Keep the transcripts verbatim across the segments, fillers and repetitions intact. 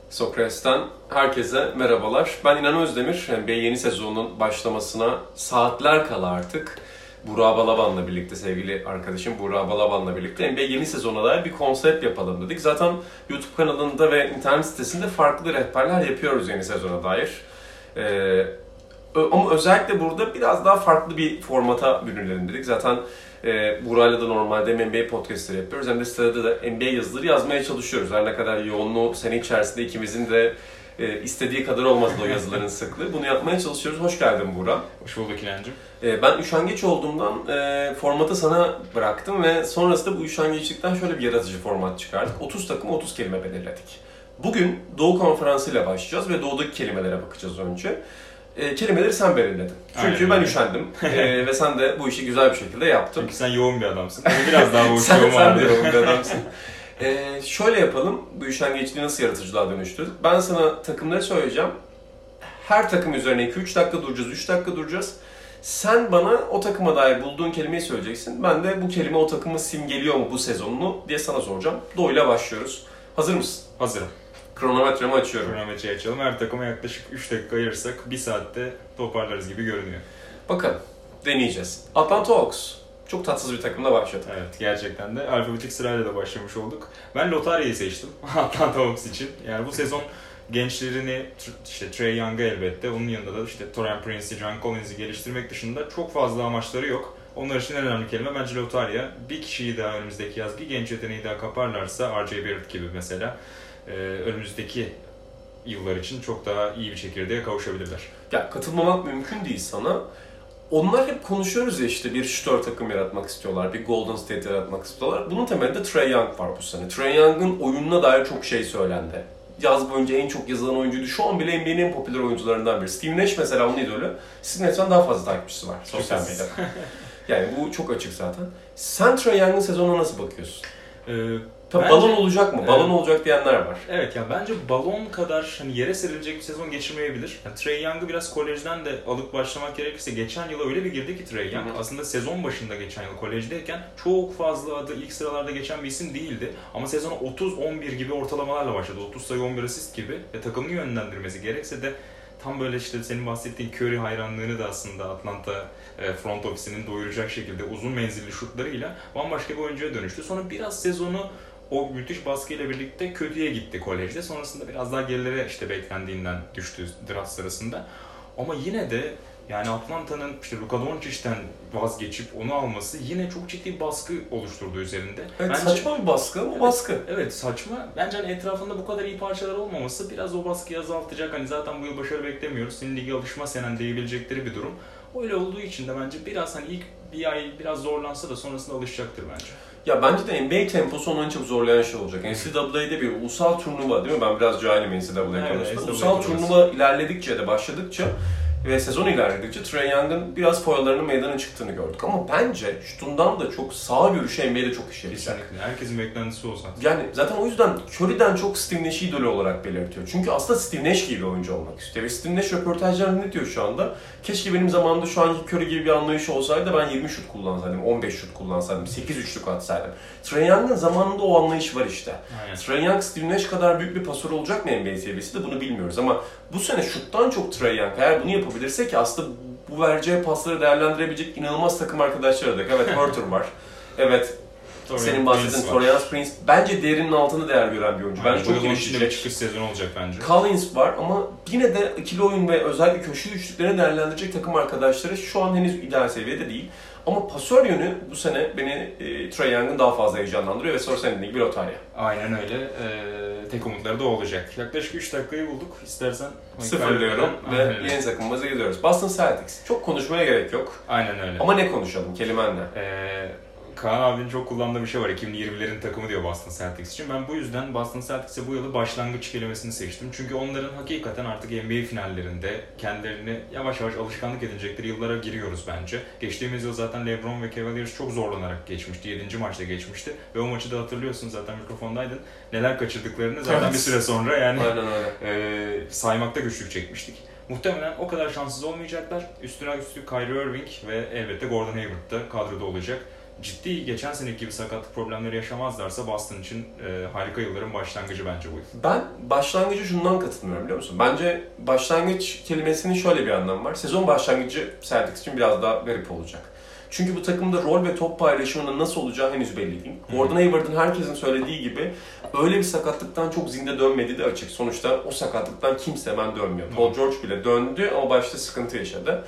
Sokrates'ten herkese merhabalar. Ben İnan Özdemir. N B A yeni sezonun başlamasına saatler kala artık Burak Balaban'la birlikte, sevgili arkadaşım Burak Balaban'la birlikte N B A yeni sezona dair bir konsept yapalım dedik. Zaten YouTube kanalında ve internet sitesinde farklı rehberler yapıyoruz yeni sezona dair. Ee, ama özellikle burada biraz daha farklı bir formata bürünelim dedik. Zaten e, Burak'la da normalde hem N B A podcastları yapıyoruz hem de sırada da N B A yazıları yazmaya çalışıyoruz. Her ne kadar yoğunluğu sene içerisinde ikimizin de e, istediği kadar olmasa da o yazıların sıklığı. Bunu yapmaya çalışıyoruz. Hoş geldin Burak. Hoş bulduk İlhan'cığım. E, ben üşengeç olduğumdan e, formatı sana bıraktım ve sonrasında bu üşengeçlikten şöyle bir yaratıcı format çıkardık. otuz takım otuz kelime belirledik. Bugün Doğu Konferansı ile başlayacağız ve Doğu'daki kelimelere bakacağız önce. E, kelimeleri sen belirledin. Çünkü Aynen. ben üşendim e, ve sen de bu işi güzel bir şekilde yaptın. Çünkü sen yoğun bir adamsın. Biraz daha boş sen, yoğun sen de yoğun bir adamsın. e, şöyle yapalım, bu üşengeçliği nasıl yaratıcılığa dönüştürdük? Ben sana takımları söyleyeceğim. Her takım üzerine iki üç dakika duracağız, üç dakika duracağız. Sen bana o takıma dair bulduğun kelimeyi söyleyeceksin. Ben de bu kelime o takımı simgeliyor mu bu sezonunu diye sana soracağım. Doğu'yla başlıyoruz. Hazır mısın? Hazırım. Kronometremi açıyorum. Kronometreyi açalım. Her takıma yaklaşık üç dakika ayırırsak bir saatte toparlarız gibi görünüyor. Bakalım. Deneyeceğiz. Atlanta Hawks. Çok tatsız bir takımla başladık. Evet, gerçekten de alfabetik sırayla da başlamış olduk. Ben Lotarya'yı seçtim Atlanta Hawks için. Yani bu sezon gençlerini, işte Trae Young'ı elbette, onun yanında da işte Taurean Prince'i, John Collins'i geliştirmek dışında çok fazla amaçları yok. Onlar için en önemli kelime bence Lotarya. Bir kişiyi daha önümüzdeki yaz, bir genç yeteneği daha kaparlarsa, R J Barrett gibi mesela, Ee, önümüzdeki yıllar için çok daha iyi bir çekirdeğe kavuşabilirler. Ya katılmamak mümkün değil sana. Onlar hep konuşuyoruz ya, işte bir şütör takım yaratmak istiyorlar, bir Golden State yaratmak istiyorlar. Bunun temelinde Trae Young var bu sene. Trae Young'ın oyununa dair çok şey söylendi. Yaz boyunca en çok yazılan oyuncuydu. Şu an bile N B A'nin en popüler oyuncularından biri. Steve Nash mesela onun idolü. Steve Nash'ten daha fazla takipçisi var sosyal medyada. Yani bu çok açık zaten. Sen Trae Young'ın sezonuna nasıl bakıyorsun? Ee, Tabii bence, balon olacak mı? Balon e, olacak diyenler var. Evet ya, bence balon kadar hani yere serilecek bir sezon geçirmeyebilir. Yani Trae Young'ı biraz kolejden de alıp başlamak gerekirse geçen yıla öyle bir girdi ki Trae Young. Hı hı. Aslında sezon başında geçen yıl kolejdeyken çok fazla adı ilk sıralarda geçen bir isim değildi. Ama sezona otuz on bir gibi ortalamalarla başladı. otuz sayı on bir asist gibi ve takımını yönlendirmesi gerekse de tam böyle işte senin bahsettiğin Curry hayranlığını da aslında Atlanta front ofisinin doyuracak şekilde uzun menzilli şutlarıyla bambaşka bir oyuncuya dönüştü. Sonra biraz sezonu o müthiş baskıyla birlikte kötüye gitti kolejde. Sonrasında biraz daha gerilere işte beklendiğinden düştü draft sırasında. Ama yine de yani Atlanta'nın işte Luka Doncic'ten vazgeçip onu alması yine çok ciddi baskı oluşturdu üzerinde. Evet, bence, saçma bir baskı, o evet, baskı. Evet, saçma. Bence hani etrafında bu kadar iyi parçalar olmaması biraz o baskıyı azaltacak. Hani zaten bu yıl başarı beklemiyoruz. Senin lige alışma senen diyebilecekleri bir durum. Öyle olduğu için de bence biraz hani ilk bir ay biraz zorlansa da sonrasında alışacaktır bence. Ya bence de N B A temposu onu en çok zorlayan şey olacak. N C A A'de bir ulusal turnuva değil mi? Ben biraz cahilim N C A A konusunda. Evet, ulusal turnuva ilerledikçe de başladıkça ve sezon ilerledikçe Trae Young'ın biraz foyalarının meydana çıktığını gördük. Ama bence şutundan da çok sağ görüşü N B A'de çok işe yarayacak. Kesinlikle. Herkesin beklentisi o zaten. Yani zaten o yüzden Curry'den çok Steve Nash'i idolü olarak belirtiyor. Çünkü aslında Steve Nash gibi bir oyuncu olmak istiyor. Ve Steve Nash röportajlarında ne diyor şu anda? Keşke benim zamanımda şu anki Curry gibi bir anlayış olsaydı ben yirmi şut kullansaydım, on beş şut kullansaydım, sekiz üçlük atsaydım. Trae Young'ın zamanında o anlayış var işte. Aynen. Trae Young, Steve Nash kadar büyük bir pasör olacak mı N B A seviyesi de bunu bilmiyoruz. Ama bu sene şuttan çok Trae Young, eğer bunu yapabilirse ki aslında bu vereceği pasları değerlendirebilecek inanılmaz takım arkadaşları da. Evet, Hurter var. Evet. Senin bahsettiğin Taurean Prince bence değerinin altında değer gören bir oyuncu. Bence yani çok gelişecek. Bir çıkış sezonu olacak bence. Collins var ama yine de ikili oyun ve özellikle köşe üçlüklerini değerlendirecek takım arkadaşları şu an henüz ideal seviyede değil. Ama pasör yönü bu sene beni e, Trae Young'ın daha fazla heyecanlandırıyor ve sonra senin gibi Lotarya. Aynen öyle. Ee, tek umutları da olacak. Yaklaşık üç dakikayı bulduk. İstersen sıfırlıyorum ve yeni takımımıza gidiyoruz. Boston Celtics. Çok konuşmaya gerek yok. Aynen öyle. Ama ne konuşalım? Kelimen ne? Ee, Kaan abinin çok kullandığı bir şey var. iki bin yirmilerin takımı diyor Boston Celtics için. Ben bu yüzden Boston Celtics'e bu yılı başlangıç kelimesini seçtim. Çünkü onların hakikaten artık N B A finallerinde kendilerini yavaş yavaş alışkanlık edinecekleri yıllara giriyoruz bence. Geçtiğimiz yıl zaten LeBron ve Cavaliers çok zorlanarak geçmişti. yedinci maçta geçmişti. Ve o maçı da hatırlıyorsun, zaten mikrofondaydın. Neler kaçırdıklarını zaten evet. bir süre sonra yani e, saymakta güçlük çekmiştik. Muhtemelen o kadar şanssız olmayacaklar. Üstüne üstü Kyrie Irving ve elbette Gordon Hayward da kadroda olacak. ciddi geçen seneki gibi sakatlık problemleri yaşamazlarsa Boston için e, harika yılların başlangıcı bence bu. Ben başlangıcı şundan katılmıyorum biliyor musun? Bence başlangıç kelimesinin şöyle bir anlamı var. Sezon başlangıcı Celtics için biraz daha garip olacak. Çünkü bu takımda rol ve top paylaşımının nasıl olacağı henüz belli değil. Gordon Hayward'ın herkesin söylediği gibi öyle bir sakatlıktan çok zinde dönmediği de açık. Sonuçta o sakatlıktan kimse hemen dönmüyor. Paul George bile döndü ama başta sıkıntı yaşadı.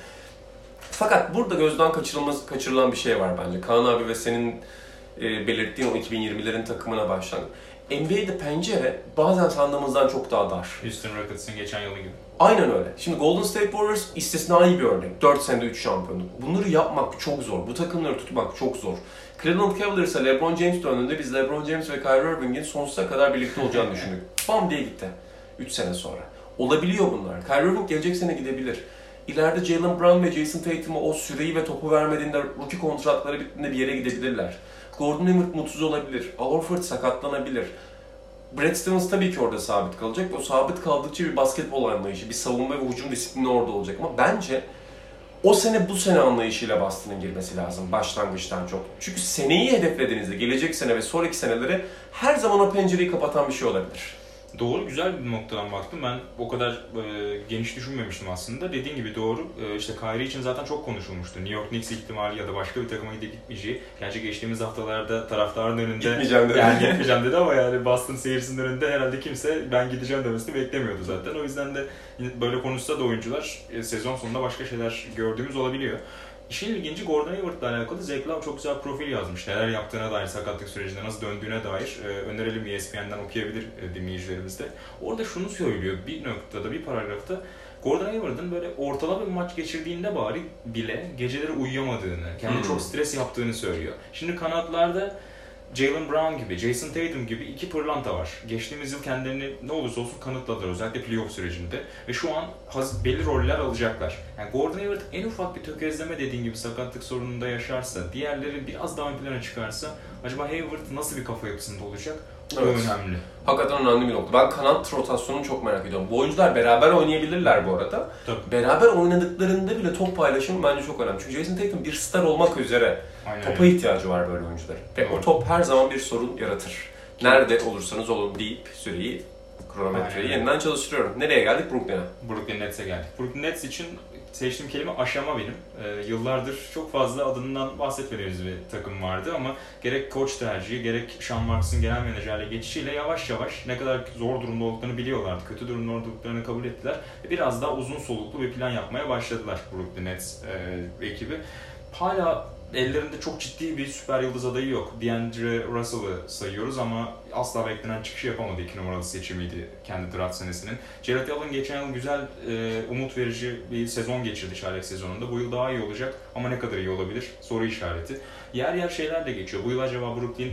Fakat burada gözden kaçırılmaz, kaçırılan bir şey var bence. Kaan abi ve senin e, belirttiğin o iki bin yirmilerin takımına başlangıç. N B A'de pencere bazen sandığımızdan çok daha dar. Houston Rockets'ın geçen yılı gibi. Aynen öyle. Şimdi Golden State Warriors istisnai bir örnek. dört senede üç şampiyonluk. Bunları yapmak çok zor. Bu takımları tutmak çok zor. Cleveland Cavaliers'a LeBron James döndüğünde biz LeBron James ve Kyrie Irving'in sonsuza kadar birlikte olacağını düşündük. Bam diye gitti. üç sene sonra. Olabiliyor bunlar. Kyrie Irving gelecek sene gidebilir. İleride Jaylen Brown ve Jason Tatum'a o süreyi ve topu vermediğinde rookie kontratları bittiğinde bir yere gidebilirler. Gordon Hayward mutsuz olabilir. Al Horford sakatlanabilir. Brad Stevens tabii ki orada sabit kalacak. O sabit kaldıkça bir basketbol anlayışı, bir savunma ve hücum disiplini orada olacak. Ama bence o sene bu sene anlayışıyla Boston'ın girmesi lazım başlangıçtan çok. Çünkü seneyi hedeflediğinizde, gelecek sene ve sonraki seneleri her zaman o pencereyi kapatan bir şey olabilir. Doğru, güzel bir noktadan baktım. Ben o kadar e, geniş düşünmemiştim aslında. Dediğin gibi doğru. E, işte Kyrie için zaten çok konuşulmuştu. New York Knicks ihtimali ya da başka bir takıma gidip gitmeyeceği. Gerçi geçtiğimiz haftalarda taraftarın önünde gitmeyeceğim dedi. Yani gitmeyeceğim dedi ama yani Boston seyircisinin önünde herhalde kimse ben gideceğim demesini beklemiyordu zaten. O yüzden de böyle konuşsa da oyuncular e, sezon sonunda başka şeyler gördüğümüz olabiliyor. İşin ilginci Gordon Hayward'la alakalı Zach Lowe çok güzel profil yazmış. Neler yaptığına dair, sakatlık sürecinde nasıl döndüğüne dair e, önerelim E S P N'den okuyabilir e, dinleyicilerimiz de. Orada şunu söylüyor bir noktada, bir paragrafta. Gordon Hayward'ın böyle ortalama bir maç geçirdiğinde bari bile geceleri uyuyamadığını, kendi hmm. çok stres yaptığını söylüyor. Şimdi kanatlarda Jaylen Brown gibi, Jason Tatum gibi iki pırlanta var. Geçtiğimiz yıl kendilerini ne olursa olsun kanıtladılar özellikle playoff sürecinde. Ve şu an haz, belli roller alacaklar. Yani Gordon Hayward en ufak bir tökezleme dediğin gibi sakatlık sorununda yaşarsa, diğerleri biraz daha ön plana çıkarsa acaba Hayward nasıl bir kafa yapısında olacak? Bu evet. önemli. Hakikaten önemli bir nokta. Ben kanat rotasyonunu çok merak ediyorum. Bu oyuncular beraber oynayabilirler bu arada. Tabii. Beraber oynadıklarında bile top paylaşımı bence çok önemli. Çünkü Jason Tatum bir star olmak üzere Aynen topa öyle. ihtiyacı var böyle oyuncuların. Ve o top her zaman bir sorun yaratır. Nerede olursanız olun deyip süreyi, kronometreyi Aynen. yeniden çalıştırıyorum. Nereye geldik? Brooklyn'e. Brooklyn Nets'e geldik. Brooklyn Nets için seçtiğim kelime aşama benim. Ee, yıllardır çok fazla adından bahsetmediğimiz bir takım vardı ama gerek koç tercihi, gerek Sean Marks'ın genel menajerliğe geçişiyle yavaş yavaş ne kadar zor durumda olduklarını biliyorlardı. Kötü durumda olduklarını kabul ettiler. Ve biraz daha uzun soluklu bir plan yapmaya başladılar Brooklyn Nets e, ekibi. Hala ellerinde çok ciddi bir süper yıldız adayı yok. DeAndre Russell'ı sayıyoruz ama asla beklenen çıkışı yapamadı. İki numaralı seçimiydi kendi draft senesinin. Jared Allen geçen yıl güzel, e, umut verici bir sezon geçirdi çaylak sezonunda. Bu yıl daha iyi olacak ama ne kadar iyi olabilir? Soru işareti. Yer yer şeyler de geçiyor. Bu yıl acaba Brooklyn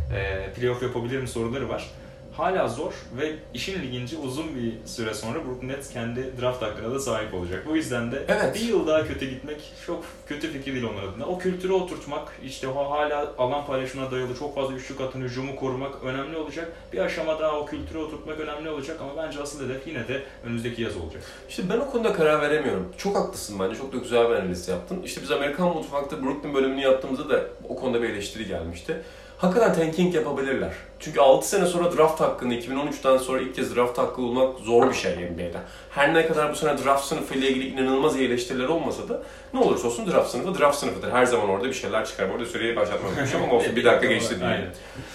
e, playoff yapabilir mi soruları var. Hala zor ve işin ilginci uzun bir süre sonra Brooklyn Nets kendi draft hakkına da sahip olacak. Bu yüzden de evet. bir yıl daha kötü gitmek çok kötü fikir değil onlar adına. O kültürü oturtmak, işte o hala alan paylaşımına dayalı çok fazla üçlük atan hücumu korumak önemli olacak. Bir aşama daha o kültürü oturtmak önemli olacak ama bence asıl hedef yine de önümüzdeki yaz olacak. İşte ben o konuda karar veremiyorum. Çok haklısın bence. Çok da güzel bir analiz yaptın. İşte biz Amerikan Mutfak'ta Brooklyn bölümünü yaptığımızda da o konuda bir eleştiri gelmişti. Hakikaten tanking yapabilirler. Çünkü altı sene sonra draft hakkını, iki bin on üçten sonra ilk kez draft hakkı bulmak zor bir şey N B A'de. Her ne kadar bu sene draft sınıfıyla ilgili inanılmaz iyi eleştiriler olmasa da ne olursa olsun draft sınıfı draft sınıfıdır. Her zaman orada bir şeyler çıkar. Bu arada süreyi başlatmamışım ama olsun bir dakika geçti diye.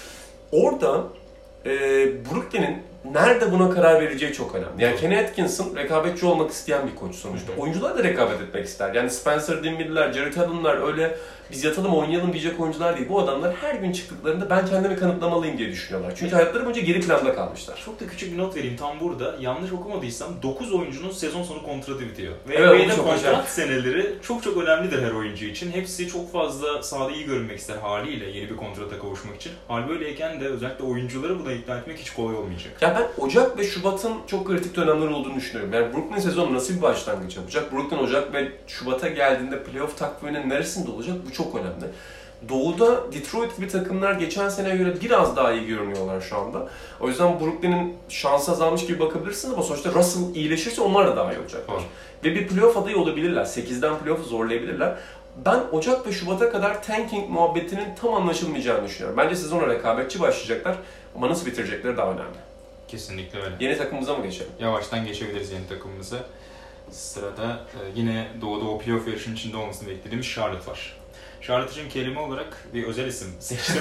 Orada e, Brooklyn'in nerede buna karar vereceği çok önemli. Yani Kenny Atkinson rekabetçi olmak isteyen bir koç sonuçta. Oyuncular da rekabet etmek ister. Yani Spencer Dinwiddie'ler, Jared Allen'lar öyle biz yatalım oynayalım diyecek oyuncular değil. Bu adamlar her gün çıktıklarında ben kendimi kanıtlamalıyım diye düşünüyorlar. Çünkü hayatları boyunca geri planda kalmışlar. Çok da küçük bir not vereyim tam burada. Yanlış okumadıysam dokuz oyuncunun sezon sonu kontratı bitiyor. Ve evet, N B A'de kontrat önemli. Seneleri çok çok önemlidir her oyuncu için. Hepsi çok fazla sahada iyi görünmek ister haliyle yeni bir kontrata kavuşmak için. Hal böyleyken de özellikle oyuncuları buna ikna etmek hiç kolay olmayacak. Ya ben Ocak ve Şubat'ın çok kritik dönemler olduğunu düşünüyorum. Yani Brooklyn sezonu nasıl bir başlangıç yapacak? Brooklyn Ocak ve Şubat'a geldiğinde playoff takviminin neresinde olacak? Bu çok önemli. Doğu'da Detroit gibi takımlar geçen seneye göre biraz daha iyi görünüyorlar şu anda. O yüzden Brooklyn'in şansı azalmış gibi bakabilirsiniz ama sonuçta Russell iyileşirse onlar da daha iyi olacaklar. Ve bir playoff adayı olabilirler. sekizden playoff'u zorlayabilirler. Ben Ocak ve Şubat'a kadar tanking muhabbetinin tam anlaşılmayacağını düşünüyorum. Bence sezona rekabetçi başlayacaklar ama nasıl bitirecekleri daha önemli. Kesinlikle öyle. Yeni takımımıza mı geçelim? Yavaştan geçebiliriz yeni takımımıza. Sırada e, yine Doğu'da o playoff yarışının içinde olmasını beklediğimiz Charlotte var. Charlotte için kelime olarak bir özel isim seçtim.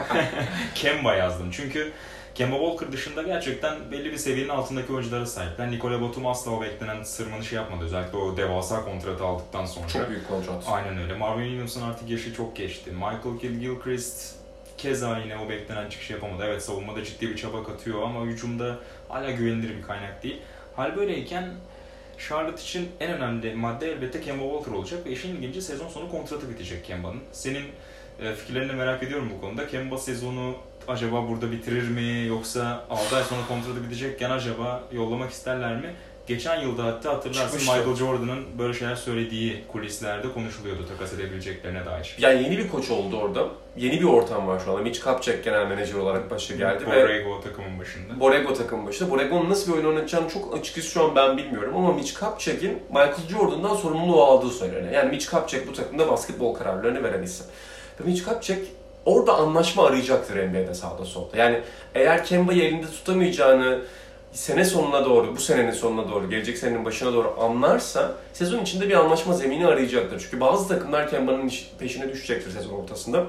Kemba yazdım. Çünkü Kemba Walker dışında gerçekten belli bir seviyenin altındaki oyunculara sahipler. Nikola Batum asla o beklenen sırmanışı yapmadı. Özellikle o devasa kontratı aldıktan sonra. Çok büyük kontrat. Aynen öyle. Marvin Williams'ın artık yaşı çok geçti. Michael Kidd-Gilchrist keza yine o beklenen çıkışı yapamadı. Evet, savunmada ciddi bir çaba katıyor ama hücumda hala güvenilir bir kaynak değil. Hal böyleyken Charlotte için en önemli madde elbette Kemba Walker olacak ve işin ilginci sezon sonu kontratı bitecek Kemba'nın. Senin fikirlerini merak ediyorum bu konuda. Kemba sezonu acaba burada bitirir mi, yoksa altı ay sonra kontratı bitecekken acaba yollamak isterler mi? Geçen yılda hatta hatırlarsın Çıkmıştı. Michael Jordan'ın böyle şeyler söylediği kulislerde konuşuluyordu takas edebileceklerine dair. Yani yeni bir koç oldu orada. Yeni bir ortam var şu anda. Mitch Kupchak genel menajer olarak başa geldi. Borrego ve takımın başında. Borrego takımın başında. Borrego'nun nasıl bir oyun oynatacağını çok açıkçası şu an ben bilmiyorum ama Mitch Kupchak'in Michael Jordan'dan sorumluluğu aldığı söyleniyor. Yani Mitch Kupchak bu takımda basketbol kararlarını veren isim. Ve Mitch Kupchak orada anlaşma arayacaktır N B A'de sağda solda. Yani eğer Kemba'yı elinde tutamayacağını sene sonuna doğru, bu senenin sonuna doğru, gelecek senenin başına doğru anlarsa sezon içinde bir anlaşma zemini arayacaktır. Çünkü bazı takımlar Kemba'nın peşine düşecektir sezon ortasında.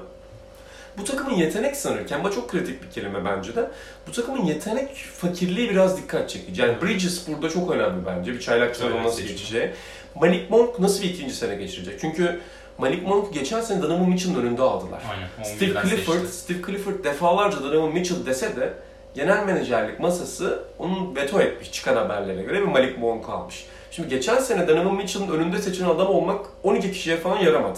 Bu takımın yetenek sınırı, Kemba çok kritik bir kelime bence de. Bu takımın yetenek fakirliği biraz dikkat çekici. Yani Bridges burada çok önemli bence. Bir çaylak sezonu nasıl geçeceği. Malik Monk nasıl bir ikinci sene geçirecek? Çünkü Malik Monk geçen sene Donovan Mitchell'ın önünde aldılar. Aynen, Steve Clifford, seçti. Steve Clifford defalarca Donovan Mitchell dese de genel menajerlik masası onun veto etmiş çıkan haberlere göre ve Malik Monk almış. Şimdi geçen sene Donovan Mitchell'ın önünde seçilen adam olmak on iki kişiye falan yaramadı.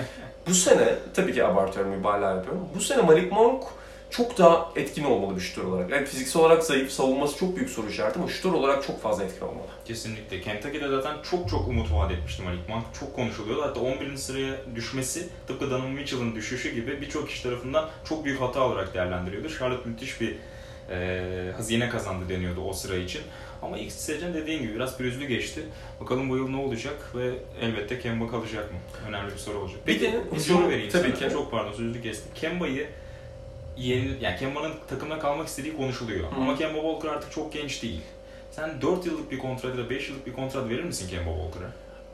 Bu sene, tabii ki abartıyorum, mübalağa yapıyorum. Bu sene Malik Monk çok daha etkin olmalı bir şutör olarak. Yani fiziksel olarak zayıf, savunması çok büyük soru işareti ama şutör olarak çok fazla etkin olmalı. Kesinlikle. Kentucky'de zaten çok çok umut vaat etmişti Malik Monk. Çok konuşuluyordu. Hatta on birinci sıraya düşmesi tıpkı Donovan Mitchell'ın düşüşü gibi birçok kişi tarafından çok büyük hata olarak değerlendiriyordu. Charlotte müthiş bir e, hazine kazandı deniyordu o sıra için. Ama ilk sezon dediğin gibi biraz pürüzlü geçti. Bakalım bu yıl ne olacak ve elbette Kemba kalacak mı? Önemli bir soru olacak. Bir de bir soru vereyim tabii sana. Ki. Çok pardon, sözlü kestim. Kemba'yı yeni, yani Kemba'nın takımda kalmak istediği konuşuluyor. Hı. Ama Kemba Walker artık çok genç değil. Sen dört yıllık bir kontrat ya da beş yıllık bir kontrat verir misin Kemba Walker'a?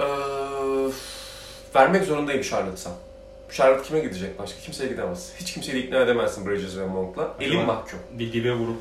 Ee, vermek zorundayım Charlotte'sa. Charlotte kime gidecek başka? Kimseye gidemez. Hiç kimseyi ikna edemezsin Bridges ve Monk'la. Elin mahkum. Bir dibe vurup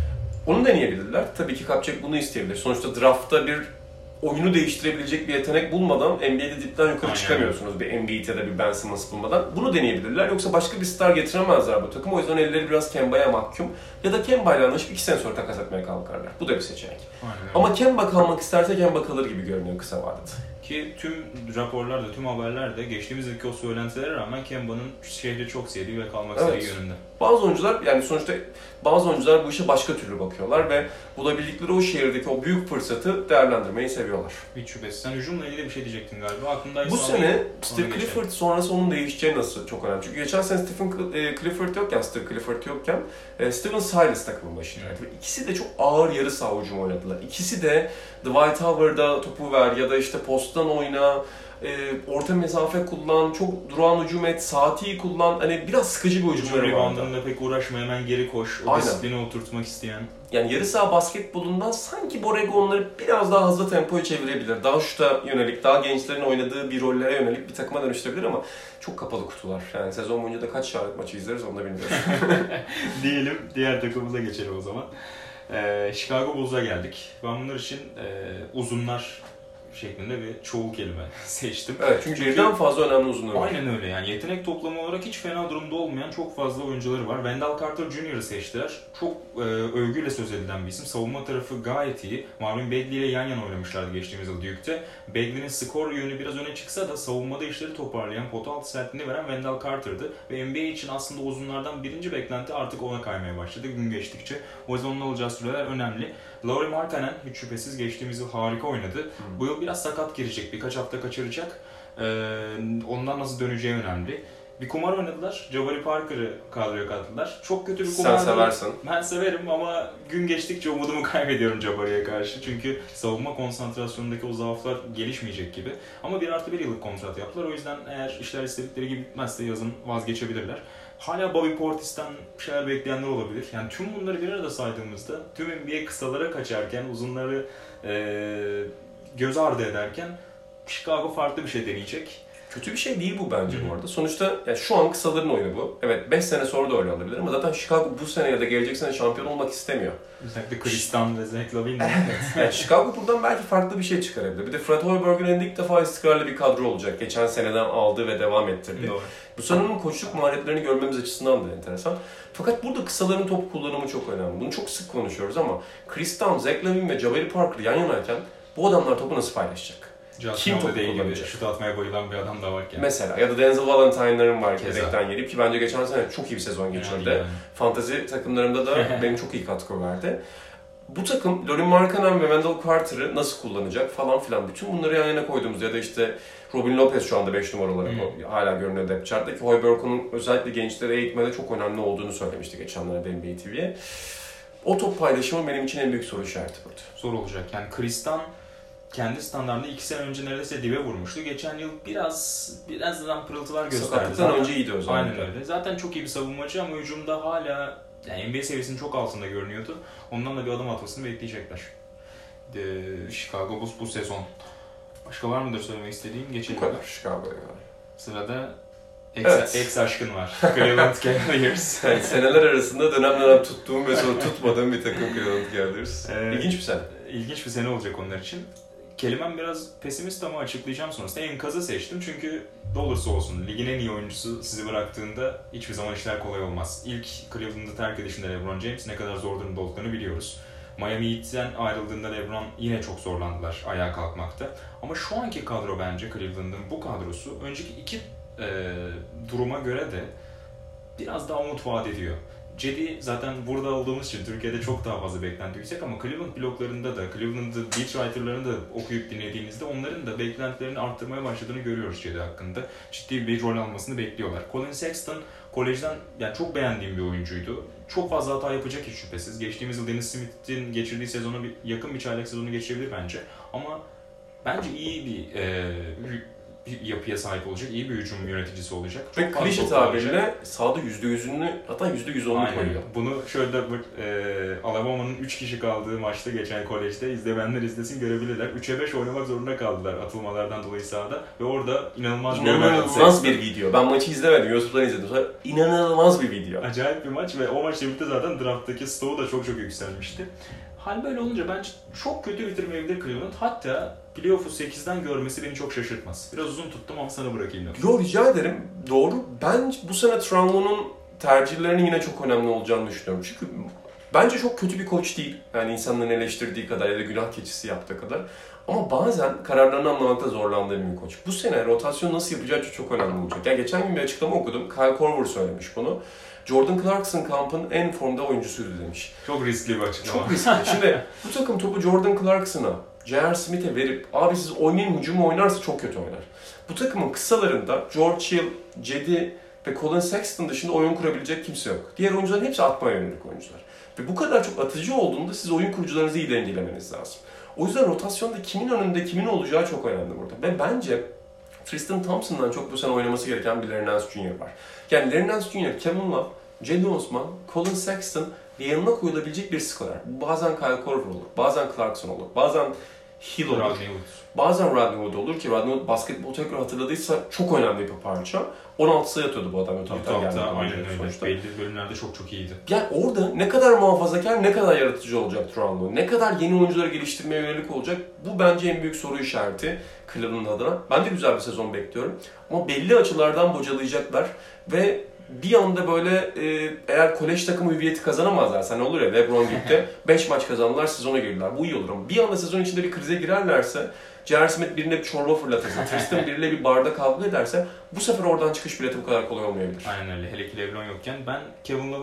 onu deneyebilirler. Tabii ki Kupchak bunu isteyebilir. Sonuçta draftta bir oyunu değiştirebilecek bir yetenek bulmadan N B A'de dipten yukarı Aynen. çıkamıyorsunuz. Bir Embiid ya da bir Ben Simmons bulmadan. Bunu deneyebilirler. Yoksa başka bir star getiremezler bu takım. O yüzden elleri biraz Kemba'ya mahkum. Ya da Kemba'yla anlaşıp iki sene sonra takas etmeye kalkarlar. Bu da bir seçenek. Aynen. Ama Kemba kalmak isterse Kemba kalır gibi görünüyor kısa vadede. Ki tüm raporlarda, tüm haberlerde geçtiğimiz yılki o söylentilere rağmen Kemba'nın şehri çok sevdiği ve kalmak istediği evet. yönünde. Bazı oyuncular, yani sonuçta bazı oyuncular bu işe başka türlü bakıyorlar ve bulabildikleri o şehirdeki o büyük fırsatı değerlendirmeyi seviyorlar. Hiç şüphesiz. Sen hücumla ilgili bir şey diyecektin galiba. Aklındaysa bu sene Steve Clifford sonrası onun değişeceği nasıl çok önemli. Çünkü geçen sene Stephen Clifford yokken, Steve Clifford yokken Steven Silas takımın başındaydı. Evet. İkisi de çok ağır yarı saha hücumu oynadılar. İkisi de Dwight Howard'a topu ver ya da işte posttan oyna, e, orta mesafe kullan, çok durağan hücum et, saati iyi kullan. Hani biraz sıkıcı bir hücumları vardı. Rebound'ında pek uğraşma, hemen geri koş. O Aynen. disiplini oturtmak isteyen. Yani yarı saha basketbolundan sanki Borrego onları biraz daha hızlı tempoya çevirebilir. Daha şuta yönelik, daha gençlerin oynadığı bir rollere yönelik bir takıma dönüştürebilir ama çok kapalı kutular. Yani sezon boyunca da kaç Charlotte maçı izleriz onu da bilmiyorum. Diyelim, diğer takımımıza geçelim o zaman. Ee, Chicago Bulls'a geldik. Ben bunlar için e, uzunlar şeklinde bir çoğul kelime seçtim. Evet, çünkü birden fazla önemli uzunlar var. Aynen öyle, yani yetenek toplamı olarak hiç fena durumda olmayan çok fazla oyuncuları var. Wendell Carter Junior'ı seçtiler. Çok e, övgüyle söz edilen bir isim. Savunma tarafı gayet iyi. Marvin Bagley ile yan yana oynamışlardı geçtiğimiz yıl Duke'te. Bagley'nin skor yönü biraz öne çıksa da savunmada işleri toparlayan, pota altı sertliğini veren Wendell Carter'dı. Ve N B A için aslında uzunlardan birinci beklenti artık ona kaymaya başladı gün geçtikçe. O yüzden onun alacağı süreler önemli. Lauri Markkanen hiç şüphesiz geçtiğimiz yıl harika oynadı. Hmm. Bu yıl biraz sakat girecek, birkaç hafta kaçıracak. Ee, ondan nasıl döneceği önemli. bir kumar oynadılar. Jabari Parker'ı kadroya kattılar. Çok kötü bir kumar. Sen seversin. Ben severim ama gün geçtikçe umudumu kaybediyorum Jabari'ye karşı. Çünkü savunma konsantrasyonundaki o zaaflar gelişmeyecek gibi. Ama bir artı bir yıllık kontrat yaptılar. O yüzden eğer işler istedikleri gibi bitmezse yazın vazgeçebilirler. Hala Bobby Portis'ten bir şeyler bekleyenler olabilir. Yani tüm bunları bir arada saydığımızda tüm N B A kısalara kaçarken, uzunları e, göz ardı ederken Chicago farklı bir şey deneyecek. Kötü bir şey değil bu bence bu arada. Sonuçta yani şu an kısaların oyunu bu. Evet beş sene sonra da öyle olabilir ama zaten Chicago bu sene ya da gelecek sene şampiyon olmak istemiyor. Özellikle Kristan ve Zach LaVine. Evet. Yani Chicago buradan belki farklı bir şey çıkarabilir. Bir de Fred Hoiberg'in elinde ilk defa istikrarlı bir kadro olacak. Geçen seneden aldı ve devam ettirdi. Doğru. Bu senenin koçluk maharetlerini görmemiz açısından da enteresan. Fakat burada kısaların top kullanımı çok önemli. Bunu çok sık konuşuyoruz ama Kristan, Zach LaVine ve Jabari Parker yan yanayken bu adamlar topu nasıl paylaşacak? Kim topu kullanacak? Şut atmaya bayılan bir adam da varken. Mesela ya da Denzel Valentine'ların var gerekten gelip ki bence geçen sene çok iyi bir sezon geçirdi. Yani, yani. Fantezi takımlarımda da benim çok iyi katkı verdi. Bu takım Lauri Markkanen ve Wendell Carter'ı nasıl kullanacak falan filan bütün bunları yan yana koyduğumuzda ya da işte Robin Lopez şu anda beş numara olarak hmm. hala görünüyor depth chart'ta ki Hoiberg'un özellikle gençlere eğitmede çok önemli olduğunu söylemişti geçenlerde N B A T V'ye. O top paylaşımı benim için en büyük soru işareti burada. Zor olacak. Yani Kristan kendi standartında iki sene önce neredeyse dibe vurmuştu. Geçen yıl biraz biraz daha pırıltılar gösterdi. Sakatlıktan önce iyiydi o zaman. Aynen öyle. Zaten çok iyi bir savunmacı ama hücumda hala yani N B A seviyesinin çok altında görünüyordu. Ondan da bir adım atmasını bekleyecekler. De, Chicago Bulls bu sezon. Başka var mıdır söylemek istediğin? Geçelim. Bu kadar Chicago'ya. Sırada ex, evet. ex aşkın var. Cleveland Cavaliers. Yani seneler arasında dönem dönem tuttuğum ve sonra tutmadığım bir takım Cleveland Cavaliers. Ee, İlginç bir sene. İlginç bir sene olacak onlar için. Kelimem biraz pesimist ama açıklayacağım sonrasında. Enkaz'ı seçtim çünkü ne olursa olsun ligin en iyi oyuncusu sizi bıraktığında hiçbir zaman işler kolay olmaz. İlk Cleveland'ı terk edişinde LeBron James ne kadar zor durumda olduklarını biliyoruz. Miami Heat'ten ayrıldığında LeBron yine çok zorlandılar ayağa kalkmakta. Ama şu anki kadro bence Cleveland'ın bu kadrosu önceki iki e, duruma göre de biraz daha umut vaat ediyor. Cedi zaten burada olduğumuz için Türkiye'de çok daha fazla beklenti yüksek ama Cleveland bloglarında da, Cleveland'ı beat writer'larını da okuyup dinlediğinizde onların da beklentilerini arttırmaya başladığını görüyoruz Cedi hakkında. Ciddi bir rol almasını bekliyorlar. Colin Sexton kolejden yani çok beğendiğim bir oyuncuydu. Çok fazla hata yapacak hiç şüphesiz. Geçtiğimiz yıl Dennis Smith'in geçirdiği sezona bir, yakın bir çaylak sezonu geçirebilir bence. Ama bence iyi bir e, yapıya sahip olacak, iyi bir hücum yöneticisi olacak. Ve klişe tabirle sahada yüzde yüzünü hatta yüzde yüz onu koyuyor. Bunu şöyle e, Alabama'nın üç kişi kaldığı maçta geçen kolejde izleyenler izlesin görebilirler. üçe beş oynamak zorunda kaldılar atılmalardan dolayı sahada ve orada inanılmaz, inanılmaz bir, bir video. Ben maçı izlemedim, YouTube'dan izledim. Sonra inanılmaz bir video. Acayip bir maç ve o maçla birlikte zaten drafttaki stoğu da çok çok yükselmişti. Hal böyle olunca bence çok kötü bitirmeyebilir Cleveland. Hatta playoff'u sekizden görmesi beni çok şaşırtmaz. Biraz uzun tuttum ama sana bırakayım. Yo rica ederim. Doğru. Ben bu sene Tranlo'nun tercihlerinin yine çok önemli olacağını düşünüyorum. Çünkü bence çok kötü bir koç değil. Yani insanların eleştirdiği kadar ya da günah keçisi yaptığı kadar. Ama bazen kararlarını anlamakta zorlandığım bir koç. Bu sene rotasyon nasıl yapacağı çok önemli olacak. Yani geçen gün bir açıklama okudum. Kyle Korver söylemiş bunu. Jordan Clarkson kampın en formda oyuncusuydu demiş. Çok riskli bir açıklama. Çok riskli. Şimdi bu takım topu Jordan Clarkson'a, J R. Smith'e verip abi siz oynayın hücumu oynarsa çok kötü oynar. Bu takımın kısalarında George Hill, Cedi ve Colin Sexton dışında oyun kurabilecek kimse yok. Diğer oyuncuların hepsi atmaya yönelik oyuncular. Ve bu kadar çok atıcı olduğunda siz oyun kurucularınızı iyi dengelemeniz lazım. O yüzden rotasyonda kimin önünde kimin olacağı çok önemli burada. Ve bence Tristan Thompson'dan çok bu sene oynaması gereken bir Larry Nance Junior var. Yani Larry Nance Junior, Kevin Love, Cedi Osman, Colin Sexton ve yanına koyulabilecek bir skorer. Bazen Kyle Korver olur, bazen Clarkson olur, bazen Hill olur, bazen Rodney Hood olur ki Rodney Hood basketbol tekrar hatırladıysa çok önemli bir parça. on altı sayı atıyordu bu adam Utah'tan geldi. Aynen öyle. Belli bölümlerde çok çok iyiydi. Yani orada ne kadar muhafazakar, ne kadar yaratıcı olacak Toronto, ne kadar yeni oyuncuları geliştirmeye yönelik olacak bu bence en büyük soru işareti Cleveland adına. Ben de güzel bir sezon bekliyorum ama belli açılardan bocalayacaklar ve bir anda böyle e, eğer kolej takımı hüviyeti kazanamazlarsa ne olur ya LeBron gitti beş maç kazandılar sezona girdiler bu iyi olur ama bir anda sezon içinde bir krize girerlerse J R. Smith birine bir çorba fırlatırsa, Tristan birine bir barda kavga ederse bu sefer oradan çıkış bileti bu kadar kolay olmayabilir. Aynen öyle. Hele ki LeBron yokken ben Kevin Love'ın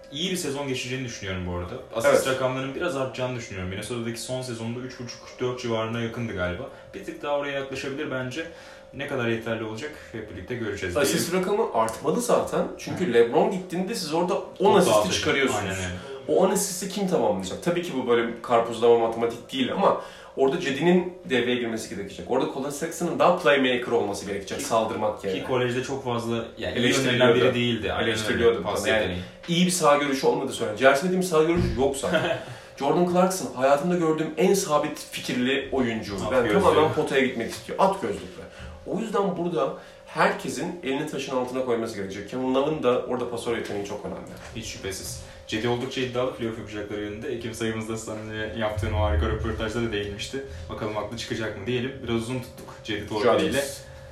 iyi bir sezon geçeceğini düşünüyorum bu arada. Asist evet. rakamlarının biraz artacağını düşünüyorum. Minnesota'daki son sezonda üç buçuk dört civarına yakındı galiba. Bir tık daha oraya yaklaşabilir bence. Ne kadar yeterli olacak hep birlikte göreceğiz. Asist rakamı artmalı zaten. Çünkü LeBron gittiğinde siz orada on asisti çıkarıyorsunuz. Aynen öyle. O on asisti kim tamamlayacak? Tabii ki bu böyle karpuzlama matematik değil ama orada Cedi'nin devreye girmesi gerekecek. Orada Colin Sexton'ın daha playmaker olması gerekecek, ki, saldırmak yerine. Ki kolejde çok fazla yani iyi yönlerinden biri değildi. Eleştiriliyordu. Yani iyi bir sağ görüşü olmadı sonra. Cersin dediğim sağ görüşü yok zaten. Jordan Clarkson hayatımda gördüğüm en sabit fikirli oyuncu. At ben tamamen potaya gitmek istiyor. At gözlükle. O yüzden burada herkesin elini taşın altına koyması gerekecek. Kevin Love'ın da orada pasör yeteneği çok önemli. Hiç şüphesiz. Cedi oldukça iddialı playoff yapacakları yönünde. Ekim sayımızda seninle yaptığın o harika röportajda da değinmişti. Bakalım haklı çıkacak mı diyelim. Biraz uzun tuttuk Cedi Torpil ile.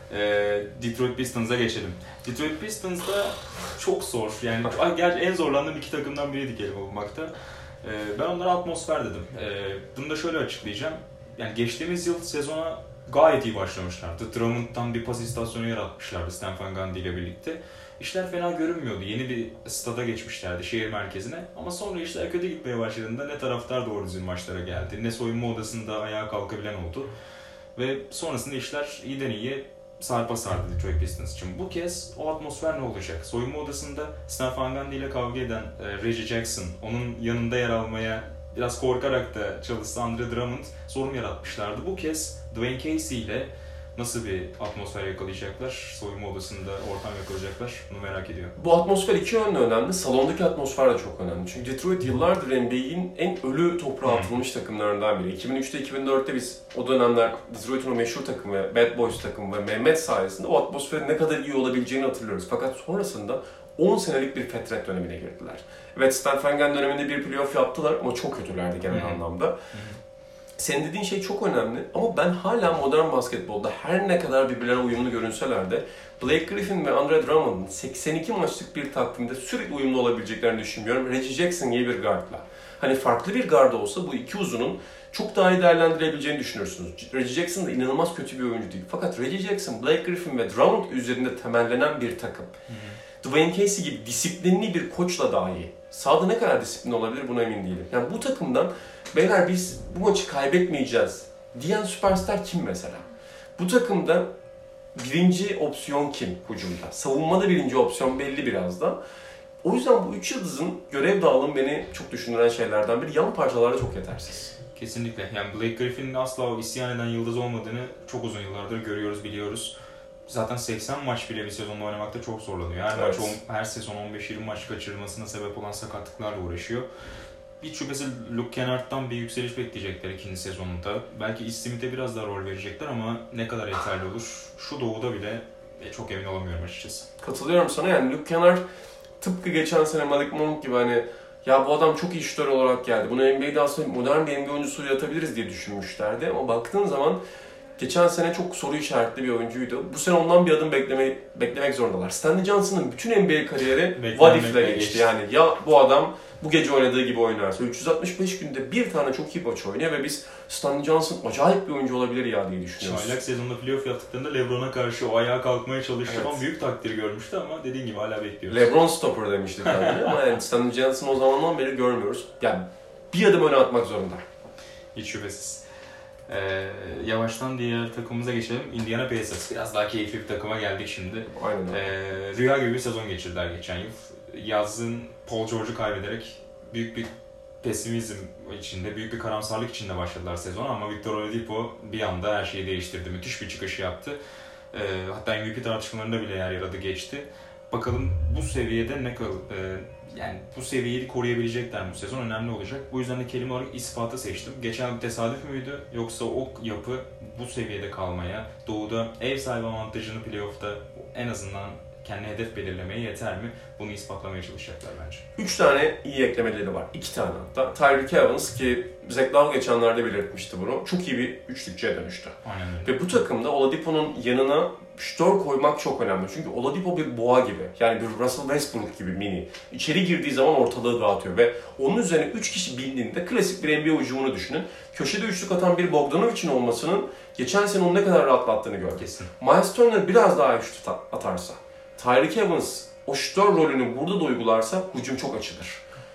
Ee, Detroit Pistons'a geçelim. Detroit Pistons'da çok zor. Yani gerçi en zorlandığım iki takımdan biriydi kelime bulmakta. Ee, ben onlara atmosfer dedim. Ee, bunu da şöyle açıklayacağım. Yani geçtiğimiz yıl sezona gayet iyi başlamışlardı. Drummond'dan bir pas istasyonu yaratmışlardı Stan Van Gundy ile birlikte. İşler fena görünmüyordu. Yeni bir stada geçmişlerdi şehir merkezine. Ama sonra işler kötü gitmeye başladığında ne taraftar doğru düzgün maçlara geldi, ne soyunma odasında ayağa kalkabilen oldu. Ve sonrasında işler iyiden iyiye sarpa sardı Detroit Pistons için. Bu kez o atmosfer ne olacak? Soyunma odasında Stan Van Gundy ile kavga eden e, Reggie Jackson, onun yanında yer almaya biraz korkarak da çalıştı Andre Drummond sorun yaratmışlardı. Bu kez Dwayne Casey ile nasıl bir atmosfer yakalayacaklar? Soyunma odasında ortam yakalayacaklar? Bunu merak ediyorum. Bu atmosfer iki yönlü önemli. Salondaki atmosfer de çok önemli. Çünkü Detroit yıllardır N B A'in en ölü toprağa atılmış takımlarından biri. iki bin üçte iki bin dörtte biz o dönemler Detroit'in o meşhur takımı, Bad Boys takımı ve Mehmet sayesinde o atmosferin ne kadar iyi olabileceğini hatırlıyoruz. Fakat sonrasında on senelik bir fetret dönemine girdiler. Evet, Stan Van Gundy döneminde bir playoff yaptılar ama çok kötülerdi genel Hı-hı. anlamda. Hı-hı. Senin dediğin şey çok önemli ama ben hala modern basketbolda her ne kadar birbirlerine uyumlu görünseler de Blake Griffin ve Andre Drummond'un seksen iki maçlık bir takvimde sürekli uyumlu olabileceklerini düşünmüyorum. Reggie Jackson gibi bir guardla. Hani farklı bir guard olsa bu iki uzunun çok daha iyi değerlendirebileceğini düşünürsünüz. Reggie Jackson da inanılmaz kötü bir oyuncu değil. Fakat Reggie Jackson, Blake Griffin ve Drummond üzerinde temellenen bir takım. Hı-hı. Dwayne Casey gibi disiplinli bir koçla dahi sahada ne kadar disiplinli olabilir buna emin değilim. Yani bu takımdan beyler biz bu maçı kaybetmeyeceğiz diyen süperstar kim mesela? Bu takımda birinci opsiyon kim hücumda? Savunmada birinci opsiyon belli biraz da. O yüzden bu üç yıldızın görev dağılımı beni çok düşündüren şeylerden biri. Yan parçalarda çok yetersiz. Kesinlikle. Yani Blake Griffin'in asla o isyan eden yıldız olmadığını çok uzun yıllardır görüyoruz, biliyoruz. Zaten seksen maç bile bir sezonda oynamakta çok zorlanıyor. Her evet. maç, her sezon on beş yirmi maç kaçırılmasına sebep olan sakatlıklarla uğraşıyor. Hiç şüphesiz Luke Kennard'dan bir yükseliş bekleyecekler ikinci sezonunda. Belki Ish Smith'e biraz daha rol verecekler ama ne kadar yeterli olur? Şu doğuda bile çok emin olamıyorum açıkçası. Katılıyorum sana. Yani Luke Kennard tıpkı geçen sene Malik Monk gibi hani ya bu adam çok iyi şutör olarak geldi. Bunu N B A'de aslında modern bir N B A oyuncusu yaratabiliriz diye düşünmüşlerdi. Ama baktığın zaman geçen sene çok soru işaretli bir oyuncuydu. Bu sene ondan bir adım bekleme, beklemek zorundalar. Stanley Johnson'ın bütün N B A kariyeri what if'le geçti. geçti. Yani ya bu adam bu gece oynadığı gibi oynarsa üç yüz altmış beş günde bir tane çok iyi maç oynuyor ve biz Stanley Johnson acayip bir oyuncu olabilir ya diye düşünüyoruz. Çaylak sezonda playoff yaptıklarında LeBron'a karşı o ayağa kalkmaya çalıştı evet. ama büyük takdiri görmüştü ama dediğin gibi hala bekliyoruz. LeBron stopper demiştik yani ama yani Stanley Johnson o zamandan beri görmüyoruz. Yani bir adım öne atmak zorunda. Hiç şüphesiz. Ee, yavaştan diğer takımımıza geçelim. Indiana Pacers. Biraz daha keyifli bir takıma geldik şimdi. Aynen. Ee, rüya gibi bir sezon geçirdiler geçen yıl. Yazın Paul George'u kaybederek büyük bir pesimizm içinde, büyük bir karamsarlık içinde başladılar sezon ama Victor Oladipo bir anda her şeyi değiştirdi. Müthiş bir çıkış yaptı. Ee, hatta M V P tartışmalarında bile yer yaradı, geçti. Bakalım bu seviyede ne kal e, yani bu seviyeyi koruyabilecekler bu sezon önemli olacak. Bu yüzden de kelime olarak ispatı seçtim. Geçen bir tesadüf müydü yoksa o yapı bu seviyede kalmaya, Doğu'da ev sahibi avantajını playoff'ta en azından kendi hedef belirlemeye yeter mi? Bunu ispatlamaya çalışacaklar bence. Üç tane iyi eklemeleri var. İki tane hatta. Tyreke Evans ki Zach Lowe geçenlerde belirtmişti bunu. Çok iyi bir üçlükçüye dönüştü. Aynen öyle. Ve bu takımda Oladipo'nun yanına şütör koymak çok önemli. Çünkü Oladipo bir boğa gibi. Yani bir Russell Westbrook gibi mini. İçeri girdiği zaman ortalığı dağıtıyor ve onun üzerine üç kişi bindiğinde klasik bir N B A hücumunu düşünün. Köşede üçlük atan bir Bogdanovic'in olmasının geçen sene onu ne kadar rahatlattığını gördük. Kesin. Miles Turner biraz daha üçlük atarsa, Tyreke Evans o şütör rolünü burada da uygularsa hücum çok açılır.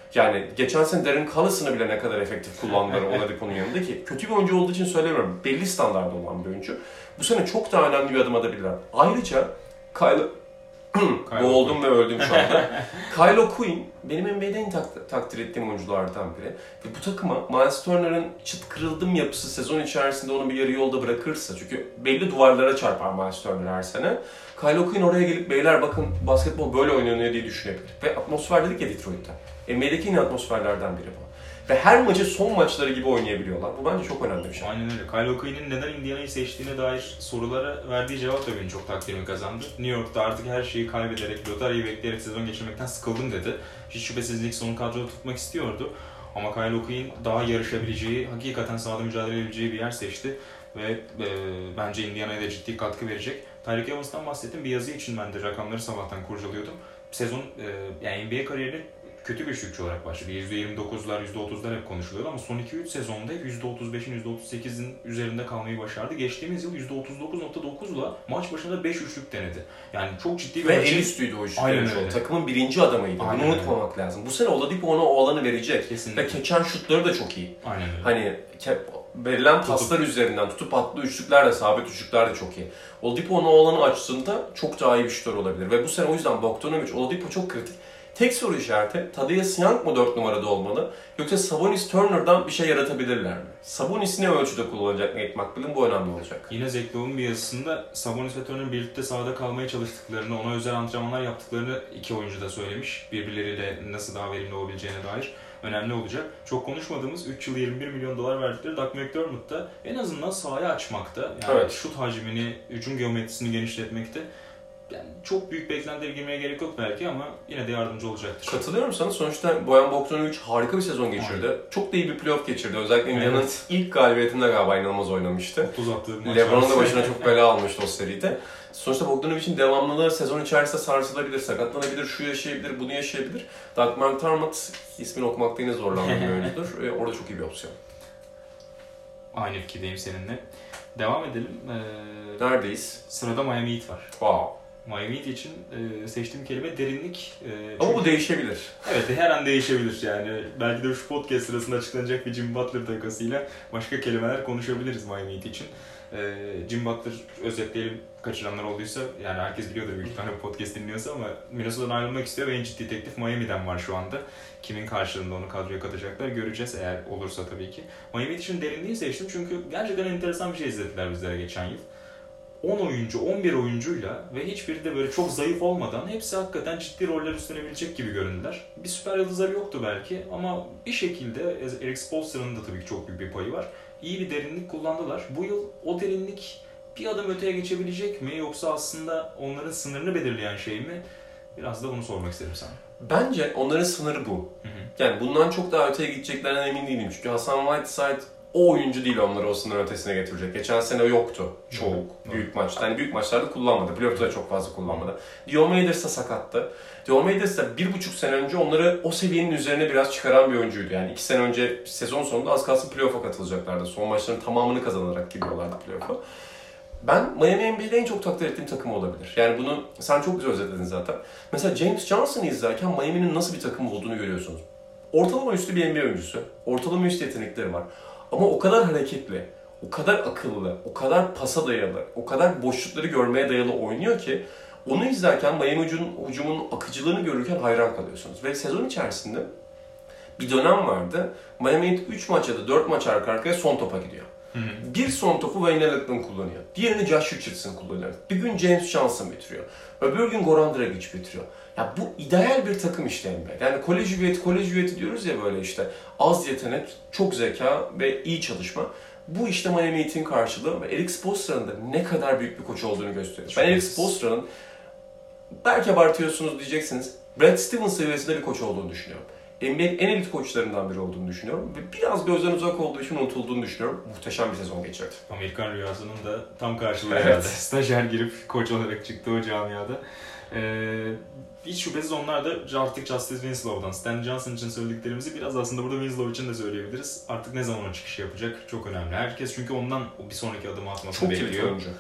Yani geçen sene Darren Collison'ı bile ne kadar efektif kullandılar Oladipo'nun yanında ki. Kötü bir oyuncu olduğu için söylemiyorum. Belli standarda olan bir oyuncu. Bu sene çok daha önemli bir adım atabilirler. Ayrıca Kyle... Boğuldum ve öldüm şu anda. Kylo Quinn benim N B A'de en tak- takdir ettiğim oyunculardan biri. Ve bu takıma Miles Turner'ın çıt kırıldım yapısı sezon içerisinde onu bir yarı yolda bırakırsa, çünkü belli duvarlara çarpar Miles Turner her sene. Kylo Quinn oraya gelip beyler bakın basketbol böyle oynanıyor diye düşünebilir. Ve atmosfer dedik ya Detroit'te. N B A'deki yine atmosferlerden biri bu. Ve her maçı son maçları gibi oynayabiliyorlar. Bu bence çok önemli bir şey. Aynen öyle. Kylo Quinn'in neden Indiana'yı seçtiğine dair sorulara verdiği cevap da benim çok takdirimi kazandı. New York'ta artık her şeyi kaybederek, lotarya bekleyerek sezon geçirmekten sıkıldım dedi. Hiç şüphesiz ilk sonu kadroda tutmak istiyordu. Ama Kylo Quinn daha yarışabileceği, hakikaten sahada mücadele edebileceği bir yer seçti. Ve e, bence Indiana'ya da ciddi katkı verecek. Tyreek Evans'tan bahsettim. Bir yazı için ben de rakamları sabahtan kurcalıyordum. Sezon, e, yani N B A kariyerini kötü bir üçlükçü olarak başladı. yüzde yirmi dokuzlar, yüzde otuzlar hep konuşuluyordu ama son iki üç sezonda yüzde otuz beşin, yüzde otuz sekizin üzerinde kalmayı başardı. Geçtiğimiz yıl yüzde otuz dokuz nokta dokuzla maç başına beş üçlük denedi. Yani çok ciddi bir... Ve en üstüydü o üçlüklerin. Takımın birinci adamıydı. Aynen Bunu unutmamak öyle. lazım. Bu sene Oladipo ona o alanı verecek. Kesinlikle. Ve keçen şutları da çok iyi. Aynen öyle. Hani verilen paslar üzerinden tutup attığı üçlükler de, sabit üçlükler de çok iyi. Oladipo ona o alanı açtığında çok daha iyi bir şutör olabilir. Ve bu sene o yüzden Bogdanovic, Oladipo çok kritik. Tek soru işareti, Thaddeus Young mu dört numarada olmalı, yoksa Sabonis Turner'dan bir şey yaratabilirler mi? Sabonis'i ne ölçüde kullanacak Nate McMillan, bu önemli olacak. Yine Zach Lowe'un bir yazısında Sabonis ve Turner birlikte sahada kalmaya çalıştıklarını, ona özel antrenmanlar yaptıklarını iki oyuncu da söylemiş. Birbirleriyle nasıl daha verimli olabileceğine dair önemli olacak. Çok konuşmadığımız üç yıl yirmi bir milyon dolar verdikleri Doug McDermott da en azından sahayı açmakta, yani evet. şut hacmini, hücum geometrisini genişletmekte. Yani çok büyük beklentilere girmeye gerek yok belki ama yine de yardımcı olacaktır. Katılıyorum sana. Sonuçta Bojan Bogdanovic harika bir sezon geçirdi. Aynen. Çok da iyi bir playoff geçirdi. Özellikle Indiana'nın evet. ilk galibiyetinde galiba inanılmaz oynamıştı. LeBron'un da başına çok bela almıştı o seride. Sonuçta Bogdanovic'in devamlılığı sezon içerisinde sarsılabilir, sakatlanabilir, şu yaşayabilir, bunu yaşayabilir. Doug McDermott, ismini okumakta yine zorlandığım bir oyuncudur. E, orada çok iyi bir opsiyon. Aynı fikirdeyim seninle. Devam edelim. Ee, Neredeyiz? Sırada Miami Heat var. Wow. Miami Heat için e, seçtiğim kelime derinlik. E, Ama bu değişebilir. Evet, her an değişebilir yani. Belki de şu podcast sırasında açıklanacak bir Jimmy Butler takasıyla başka kelimeler konuşabiliriz Miami Heat için. E, Jimmy Butler, özetleyelim, kaçıranlar olduysa, yani herkes biliyordur büyük ihtimalle bu podcast dinliyorsa, ama Minnesota'dan ayrılmak istiyor ve en ciddi teklif Miami'den var şu anda. Kimin karşılığında onu kadroya katacaklar göreceğiz, eğer olursa tabii ki. Miami Heat için derinliği seçtim çünkü gerçekten enteresan bir şey izlettiler bizlere geçen yıl. on oyuncu, on bir oyuncuyla ve hiçbiri de böyle çok zayıf olmadan hepsi hakikaten ciddi roller üstlenebilecek gibi göründüler. Bir süper yıldızları yoktu belki ama bir şekilde Eric Spoelstra'nın da tabii ki çok büyük bir payı var. İyi bir derinlik kullandılar. Bu yıl o derinlik bir adım öteye geçebilecek mi, yoksa aslında onların sınırını belirleyen şey mi? Biraz da bunu sormak isterim sana. Bence onların sınırı bu. Hı hı. Yani bundan çok daha öteye gideceklerinden emin değilim. Çünkü Hassan Whiteside o oyuncu değil, onları o sınır ötesine getirecek. Geçen sene yoktu çoğu evet. büyük maçta. Yani büyük maçlarda kullanmadı. Playoff'ta da çok fazla kullanmadı. Dion Waiters da sakattı. Dion Waiters da bir buçuk sene önce onları o seviyenin üzerine biraz çıkaran bir oyuncuydu. Yani iki sene önce sezon sonunda az kalsın playoff'a katılacaklardı. Son maçların tamamını kazanarak gidiyorlardı playoff'a. Ben Miami N B A'de en çok takdir ettiğim takım olabilir. Yani bunu sen çok güzel özetledin zaten. Mesela James Johnson'ı izlerken Miami'nin nasıl bir takım olduğunu görüyorsunuz. Ortalama üstü bir N B A oyuncusu. Ortalama üstü yetenekleri var. Ama o kadar hareketli, o kadar akıllı, o kadar pasa dayalı, o kadar boşlukları görmeye dayalı oynuyor ki onu izlerken Miami hücumunun akıcılığını görürken hayran kalıyorsunuz. Ve sezon içerisinde bir dönem vardı. Miami üç maç ya da dört maç arka arkaya son topa gidiyor. Hı hı. Bir son topu Wayne Ellington kullanıyor. Diğerini Josh Richardson kullanıyor. Bir gün James Johnson bitiriyor. Öbür gün Goran Dragic bitiriyor. Ya bu ideal bir takım işte N B A. Yani kolej üyeti, kolej üyeti diyoruz ya böyle işte. Az yetenek, çok zeka ve iyi çalışma. Bu işte Miami Heat'in karşılığı ve Eric Spoelstra'nın da ne kadar büyük bir koç olduğunu gösteriyor. Ben Eric Spoelstra'nın, belki abartıyorsunuz diyeceksiniz, Brad Stevens seviyesinde bir koç olduğunu düşünüyorum. N B A'nin en elit koçlarından biri olduğunu düşünüyorum ve biraz gözden uzak olduğu için unutulduğunu düşünüyorum. Muhteşem bir sezon geçirdi. Amerikan rüyasının da tam karşılığı evet. herhalde. Stajyer girip koç olarak çıktı o camiada. Ee, hiç şüphesiz onlar da artık Justice Winslow'dan, Stan Johnson için söylediklerimizi biraz aslında burada Winslow için de söyleyebiliriz. Artık ne zaman o çıkışı yapacak çok önemli. Herkes çünkü ondan bir sonraki adımı atmasını çok bekliyor. Çok kilit oyuncu.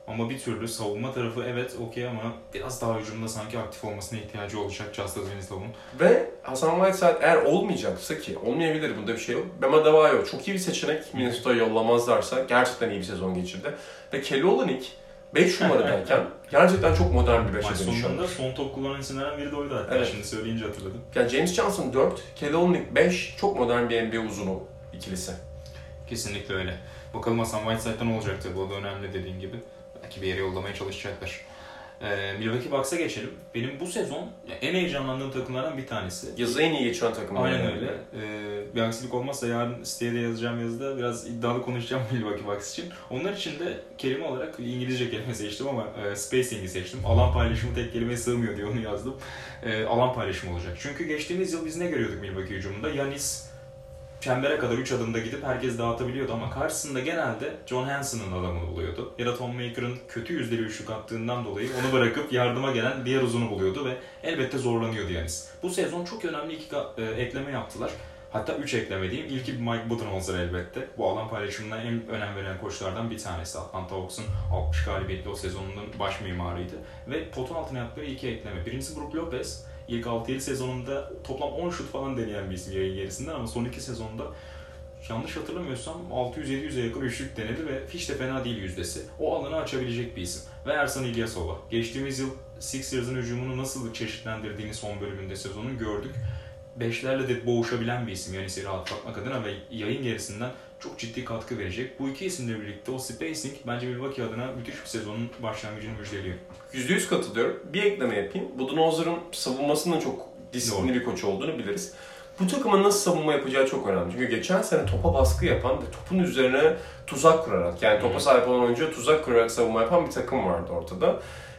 Ama bir türlü savunma tarafı evet okey ama biraz daha hücumda sanki aktif olmasına ihtiyacı olacak Justus Winslow'un. Ve Hassan Whiteside eğer olmayacaksa, ki olmayabilir, bunda bir şey yok. Bam Adebayo çok iyi bir seçenek. Minnesota'ya yollamazlarsa gerçekten iyi bir sezon geçirdi. Ve Kelly Olynyk beş numaradayken gerçekten çok modern bir beşe dönüşüyor. dönüşüyor. Maç sonunda son top kullanan isimlerden biri de oydu hatta. Evet. Şimdi söyleyince hatırladım. Yani James Johnson dört, Kelly Olynyk beş, çok modern bir N B A uzunu ikilisi. Kesinlikle öyle. Bakalım Hassan Whiteside'dan olacaktır. Bu da önemli dediğin gibi. Belki bir yere yollamaya çalışacaklar. Ee, Milwaukee Bucks'a geçelim. Benim bu sezon en heyecanlandığım takımlardan bir tanesi. Yazı en iyi geçen takım. Aynen öyle. Ee, bir aksilik olmazsa yarın siteye de yazacağım yazıda biraz iddialı konuşacağım Milwaukee Bucks için. Onlar için de kelime olarak İngilizce kelime seçtim ama e, spacing'i seçtim. Alan paylaşımı tek kelimeye sığmıyor diye onu yazdım. E, alan paylaşımı olacak. Çünkü geçtiğimiz yıl biz ne görüyorduk Milwaukee hücumunda? Giannis çembere kadar üç adımda gidip herkes dağıtabiliyordu ama karşısında genelde John Hanson'ın adamını buluyordu. Ya da Tom Maker'ın kötü yüzdeli üçlük attığından dolayı onu bırakıp yardıma gelen diğer uzunu buluyordu ve elbette zorlanıyordu Giannis. Bu sezon çok önemli iki e, ekleme yaptılar. Hatta üç ekleme diyeyim. İlki Mike Budenholzer elbette. Bu alan paylaşımına en önem verilen koçlardan bir tanesi. Atlanta Hawks'un altmış galibiyetli o sezonunun baş mimarıydı. Ve potun altına yaptığı iki ekleme. Birincisi Brook Lopez. İlk altı yedi sezonunda toplam on şut falan deneyen bir isim yayın gerisinden ama son iki sezonda yanlış hatırlamıyorsam altı yüz yedi yüze yakın üçlük denedi ve hiç de fena değil yüzdesi. O alanı açabilecek bir isim. Ve Ersan İlyasova. Geçtiğimiz yıl Sixers'ın hücumunu nasıl çeşitlendirdiğini son bölümünde sezonun gördük. Beşlerle de boğuşabilen bir isim Giannis'i rahatlatmak adına ve yayın gerisinden çok ciddi katkı verecek. Bu iki isimle birlikte o spacing bence Milwaukee adına müthiş bir sezonun başlangıcını müjdeliyor. yüzde yüz katılıyorum. Bir ekleme yapayım. Budenholzer'ın savunmasının çok disiplinli Doğru. bir koç olduğunu biliriz. Bu takımın nasıl savunma yapacağı çok önemli. Çünkü geçen sene topa baskı yapan ve topun üzerine tuzak kurarak, yani topa sahip olan oyuncuya tuzak kurarak savunma yapan bir takım vardı ortada.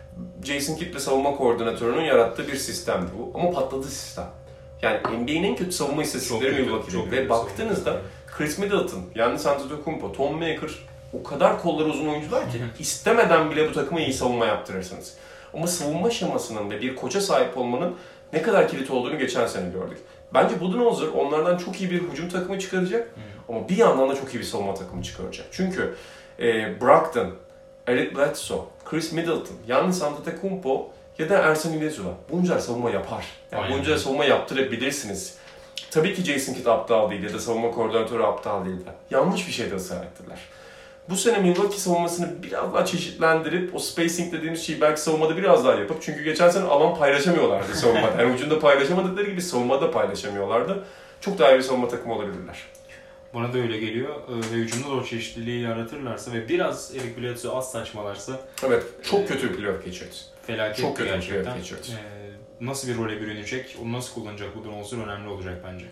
Jason Kidd ve savunma koordinatörünün yarattığı bir sistemdi bu. Ama patladı sistem. Yani N B A'nin en kötü savunma istatistikleri Milwaukee'de ve baktığınızda Chris Middleton, Giannis Antetokounmpo, Tom Maker o kadar kolları uzun oyuncular ki istemeden bile bu takıma iyi savunma yaptırırsınız. Ama savunma şemasının ve bir koça sahip olmanın ne kadar kilit olduğunu geçen sene gördük. Bence Budenholzer onlardan çok iyi bir hücum takımı çıkaracak ama bir yandan da çok iyi bir savunma takımı çıkaracak. Çünkü e, Brogdon, Eric Bledsoe, Chris Middleton, Giannis Antetokounmpo ya da Ersan İlyasova bunca savunma yapar. Yani bunca savunma yaptırabilirsiniz. Tabii ki Jason Kidd aptal değil ya da savunma koordinatörü aptal değil de. Yanlış bir şeyde ısrar ettiler. Bu sene Milwaukee savunmasını biraz daha çeşitlendirip o spacing dediğimiz şeyi belki savunmada biraz daha yapıp, çünkü geçen sene alan paylaşamıyorlardı savunmada. Yani hücumda paylaşamadıkları gibi savunmada paylaşamıyorlardı. Çok daha iyi bir savunma takımı olabilirler. Bana da öyle geliyor ve hücumda da o çeşitliliği yaratırlarsa ve biraz Eric Bledsoe az saçmalarsa... Evet, çok kötü bir playoff geçirdi. Felaket çok kötü gerçekten. bir playoff geçirdi. Ee, nasıl bir role bürünecek, onu nasıl kullanacak bu Budenholzer önemli olacak bence.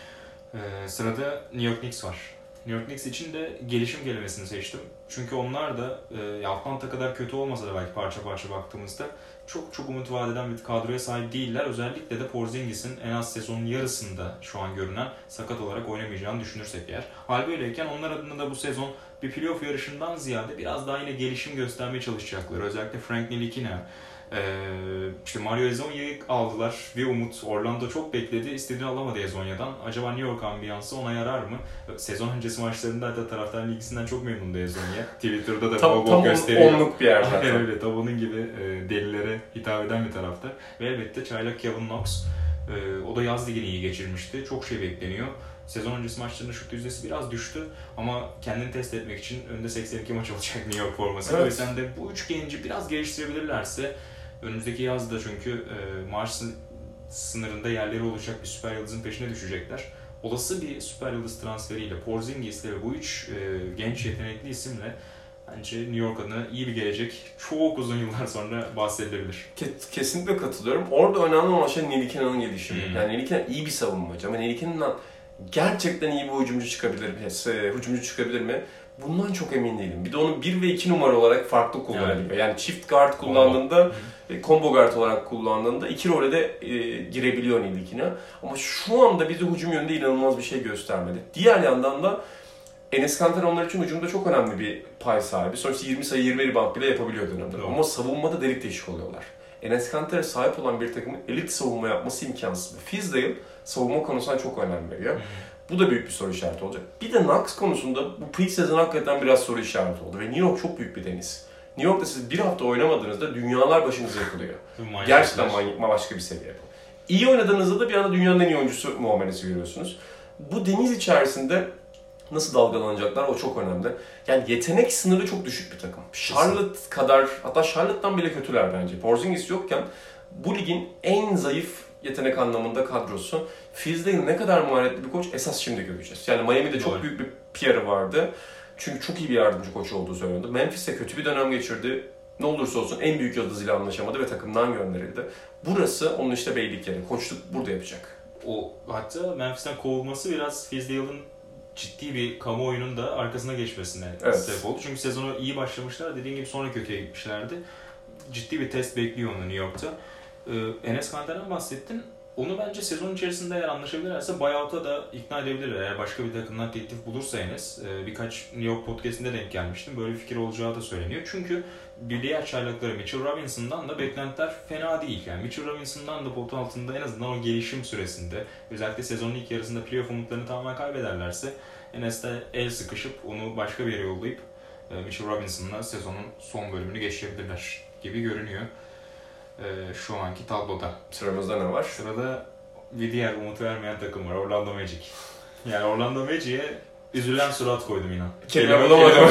Ee, sırada New York Knicks var. New York Knicks için de gelişim kelimesini seçtim. Çünkü onlar da e, Atlanta kadar kötü olmasa da belki parça parça baktığımızda çok çok umut vaat eden bir kadroya sahip değiller. Özellikle de Porzingis'in en az sezonun yarısında şu an görünen sakat olarak oynamayacağını düşünürsek eğer. Hal böyleyken onlar adına da bu sezon bir playoff yarışından ziyade biraz daha yine gelişim göstermeye çalışacaklar. Özellikle Frank Ntilikina, Ee, işte Mario Hezonya'yı aldılar. Bir umut. Orlando çok bekledi. İstediğini alamadı Hezonya'dan. Acaba New York ambiyansı ona yarar mı? Sezon öncesi maçlarında da taraftarın ilgisinden çok memnundu Hezonya. Twitter'da da tam, tam gösteriyor. Onluk bir yer zaten. Öyle. Tam onun gibi e, delilere hitap eden bir taraftar. Ve elbette çaylak Kevin Knox. E, o da yaz ligini iyi geçirmişti. Çok şey bekleniyor. Sezon öncesi maçlarında şut yüzdesi biraz düştü ama kendini test etmek için önünde seksen iki maç olacak New York forması. Evet. O yüzden de bu üç genci biraz geliştirebilirlerse önümüzdeki yazda, çünkü e, Mars sınırında yerleri olacak bir süper yıldızın peşine düşecekler. Olası bir süper yıldız transferiyle, Porzingis'le ve bu üç e, genç yetenekli isimle bence New York adına iyi bir gelecek çok uzun yıllar sonra bahsedilebilir. Kesinlikle katılıyorum. Orada önemli olan şey Ntilikina gelişimi. Hmm. Yani Ntilikina iyi bir savunmacı ama Ntilikina gerçekten iyi bir hücumcu çıkabilir mi? Hücumcu çıkabilir mi? Bundan çok emin değilim. Bir de onu bir ve iki numara olarak farklı kullanabiliyor. Yani, yani çift guard kullandığında, combo, combo guard olarak kullandığında iki role de e, girebiliyor Ntilikina. Ama şu anda bize hücum yönünde inanılmaz bir şey göstermedi. Diğer yandan da Enes Kanter onlar için hücumda çok önemli bir pay sahibi. Sonuçta yirmi sayı yirmi rebound bile yapabiliyor dönemde. Doğru. Ama savunmada delik deşik oluyorlar. Enes Kanter'e sahip olan bir takımın elit savunma yapması imkansız. Fizdale savunma konusuna çok önem veriyor. Hmm. Bu da büyük bir soru işareti olacak. Bir de Knox konusunda bu pre-sezon hakikaten biraz soru işareti oldu. Ve New York çok büyük bir deniz. New York'ta siz bir hafta oynamadığınızda dünyalar başınıza yakılıyor. Gerçekten manyak, başka bir seviye bu. İyi oynadığınızda da bir anda dünyanın en iyi oyuncusu muamelesi görüyorsunuz. Bu deniz içerisinde nasıl dalgalanacaklar o çok önemli. Yani yetenek sınırı çok düşük bir takım. Charlotte kadar, hatta Charlotte'dan bile kötüler bence. Porzingis yokken bu ligin en zayıf yetenek anlamında kadrosu. Fizdale ne kadar maharetli bir koç esas şimdi göreceğiz. Yani Miami'de çok Doğru. büyük bir P R'ı vardı. Çünkü çok iyi bir yardımcı koç olduğu söyleniyordu. Memphis'te kötü bir dönem geçirdi. Ne olursa olsun en büyük yıldızıyla anlaşamadı ve takımdan gönderildi. Burası onun işte beylik yeri. Koçluk burada yapacak. O hatta Memphis'ten kovulması biraz Fizdale'ın ciddi bir kamuoyunun da arkasına geçmesine evet. sebep oldu. Çünkü sezonu iyi başlamışlar. Dediğin gibi sonra kötüye gitmişlerdi. Ciddi bir test bekliyor onu New York'ta. Ee, Enes Kanter'den bahsettin. Onu bence sezon içerisinde eğer anlaşabilirlerse buyout'a da ikna edebilirler. Eğer başka bir takımdan teklif bulursa Enes. E, birkaç New York podcast'inde denk gelmiştim. Böyle bir fikir olacağı da söyleniyor. Çünkü bir diğer çaylakları Mitchell Robinson'dan da beklentiler fena değil. Yani Mitchell Robinson'dan da pot altında en azından o gelişim süresinde, özellikle sezonun ilk yarısında playoff umutlarını tamamen kaybederlerse Enes'te el sıkışıp onu başka bir yere yollayıp e, Mitchell Robinson'la sezonun son bölümünü geçirebilirler gibi görünüyor. Ee, şu anki tabloda. Sıramızda ne var? Sırada bir diğer umut vermeyen takım var. Orlando Magic. Yani Orlando Magic'e üzülen surat koydum inan. Kelime bulamadım.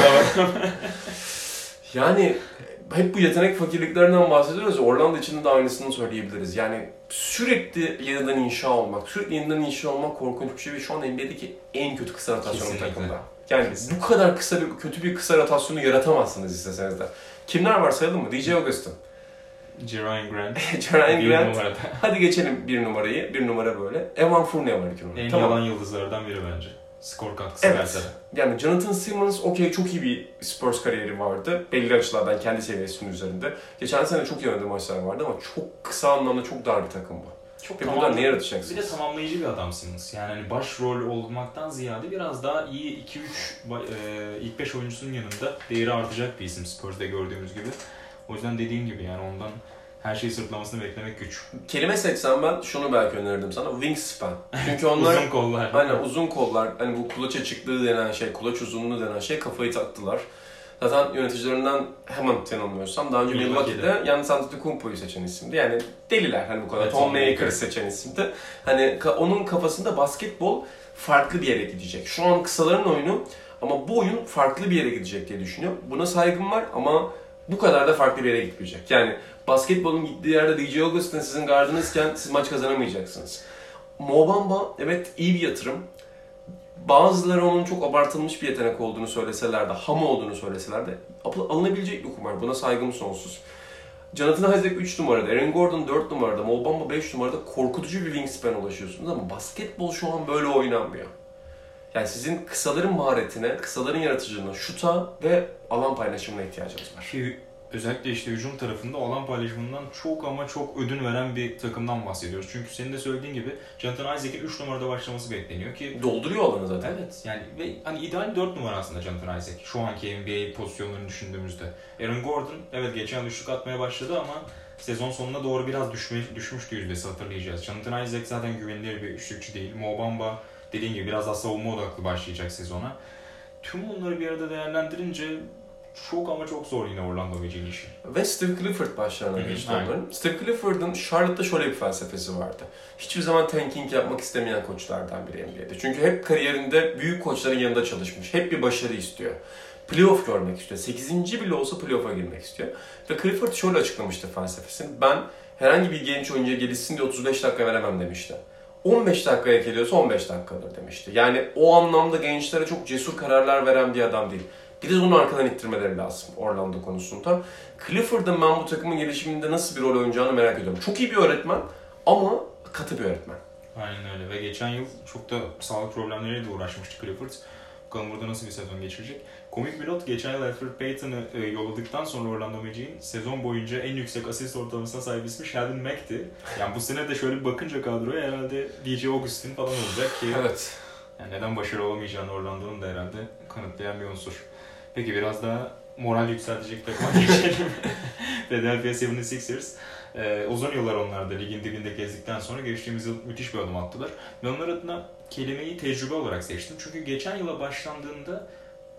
Yani hep bu yetenek fakirliklerinden bahsediyoruz. Orlando için de aynısını söyleyebiliriz. Yani sürekli yeniden inşa olmak, sürekli yeniden inşa olmak korkunç bir şey ve şu an N B A'deki en kötü kısa rotasyonu takımda. Yani Kesinlikle. bu kadar kısa bir kötü bir kısa rotasyonu yaratamazsınız isteseniz de. Kimler var sayalım mı? D J Augustin. Jerian Grant. Jerian Grant. Hadi geçelim bir numarayı. Bir numara böyle. Evan Fournier var iki numara. En tamam. yalan yıldızlardan biri bence. Skor katkısı evet. verse de. Yani Jonathan Simmons okey çok iyi bir Spurs kariyeri vardı. Belli açılardan kendi seviyesinin üzerinde. Geçen sene çok iyi oynadığı maçlar vardı ama çok kısa anlamda çok dar bir takım bu. Çok Ve buradan ne yaratacaksınız? Bir de tamamlayıcı bir adam Simmons. Yani hani başrol olmaktan ziyade biraz daha iyi iki üç e, ilk beş oyuncusunun yanında değeri artacak bir isim Spurs'da gördüğümüz gibi. O yüzden dediğin gibi yani ondan her şeyi sırtlamasını beklemek güç. Kelime seçsem ben şunu belki önerirdim sana. Wingspan. Çünkü onlar uzun kollar. Aynen uzun kollar. Hani bu kulaça çıktığı denen şey, kulaç uzunluğu denen şey kafayı taktılar. Zaten yöneticilerinden hemen yanılmıyorsam daha önce Milwaukee'de Giannis Antetokounmpo'yu seçen isimdi. Yani deliler hani bu kadar. Evet, Tom Maker'ı seçen isimdi. Hani onun kafasında basketbol farklı bir yere gidecek. Şu an kısaların oyunu ama bu oyun farklı bir yere gidecek diye düşünüyor. Buna saygım var ama bu kadar da farklı bir yere gitmeyecek. Yani basketbolun gittiği yerde D J Augustin sizin gardınızken siz maç kazanamayacaksınız. Mo Bamba evet iyi bir yatırım. Bazıları onun çok abartılmış bir yetenek olduğunu söyleseler de, ham olduğunu söyleseler de alınabilecek bir kumar. Buna saygım sonsuz. Jonathan Isaac üç numarada, Aaron Gordon dört numarada, Mo Bamba beş numarada korkutucu bir wingspan ulaşıyorsunuz ama basketbol şu an böyle oynanmıyor. Yani sizin kısaların maharetine, kısaların yaratıcılığına, şuta ve alan paylaşımına ihtiyacınız var. Ki özellikle işte hücum tarafında alan paylaşımından çok ama çok ödün veren bir takımdan bahsediyoruz. Çünkü senin de söylediğin gibi Jonathan Isaac'in üç numarada başlaması bekleniyor ki dolduruyor alanı zaten. Evet. Yani ve hani ideal dört numara aslında Jonathan Isaac. Şu anki N B A pozisyonlarını düşündüğümüzde. Aaron Gordon evet geçen üçlük atmaya başladı ama sezon sonuna doğru biraz düşme, düşmüştü yüzdesi hatırlayacağız. Jonathan Isaac zaten güvenilir bir üçlükçü değil. Mo Bamba dediğin gibi biraz daha savunma odaklı başlayacak sezona. Tüm bunları bir arada değerlendirince çok ama çok zor yine Orlando Magic'in işi. Ve Steve Clifford başlarına geçti onların. Steve Clifford'ın Charlotte'da şöyle bir felsefesi vardı. Hiçbir zaman tanking yapmak istemeyen koçlardan biri N B A'de. Çünkü hep kariyerinde büyük koçların yanında çalışmış. Hep bir başarı istiyor. Playoff görmek istiyor. sekizinci bile olsa playoff'a girmek istiyor. Ve Clifford şöyle açıklamıştı felsefesini. Ben herhangi bir genç oyuncuya gelişsin diye otuz beş dakika veremem demişti. on beş dakikaya geliyorsa on beş dakikadır demişti. Yani o anlamda gençlere çok cesur kararlar veren bir adam değil. Bir de onu arkadan ittirmeleri lazım Orlando konusunda. Clifford'ın ben bu takımın gelişiminde nasıl bir rol oynayacağını merak ediyorum. Çok iyi bir öğretmen ama katı bir öğretmen. Aynen öyle ve geçen yıl çok da sağlık problemleriyle de uğraşmıştı Clifford. Bakalım burada nasıl bir sezon geçirecek. Komik bir not, geçen yıl Elfrid Payton'ı e, yolladıktan sonra Orlando Magic'in sezon boyunca en yüksek asist ortalamasına sahip ismi Sheldon Mack'ti. Yani bu sene de şöyle bir bakınca kadroya herhalde D J Augustin falan olacak ki evet. Yani neden başarılı olamayacağını Orlando'nun da herhalde kanıtlayan bir unsur. Peki biraz daha moral yükseltecek takıma geçelim. Philadelphia yetmiş altı ers. Ee, uzun yıllar onlar da ligin dibinde gezdikten sonra geçtiğimiz yıl müthiş bir adım attılar. Ben onlar adına kelimeyi tecrübe olarak seçtim. Çünkü geçen yıla başlandığında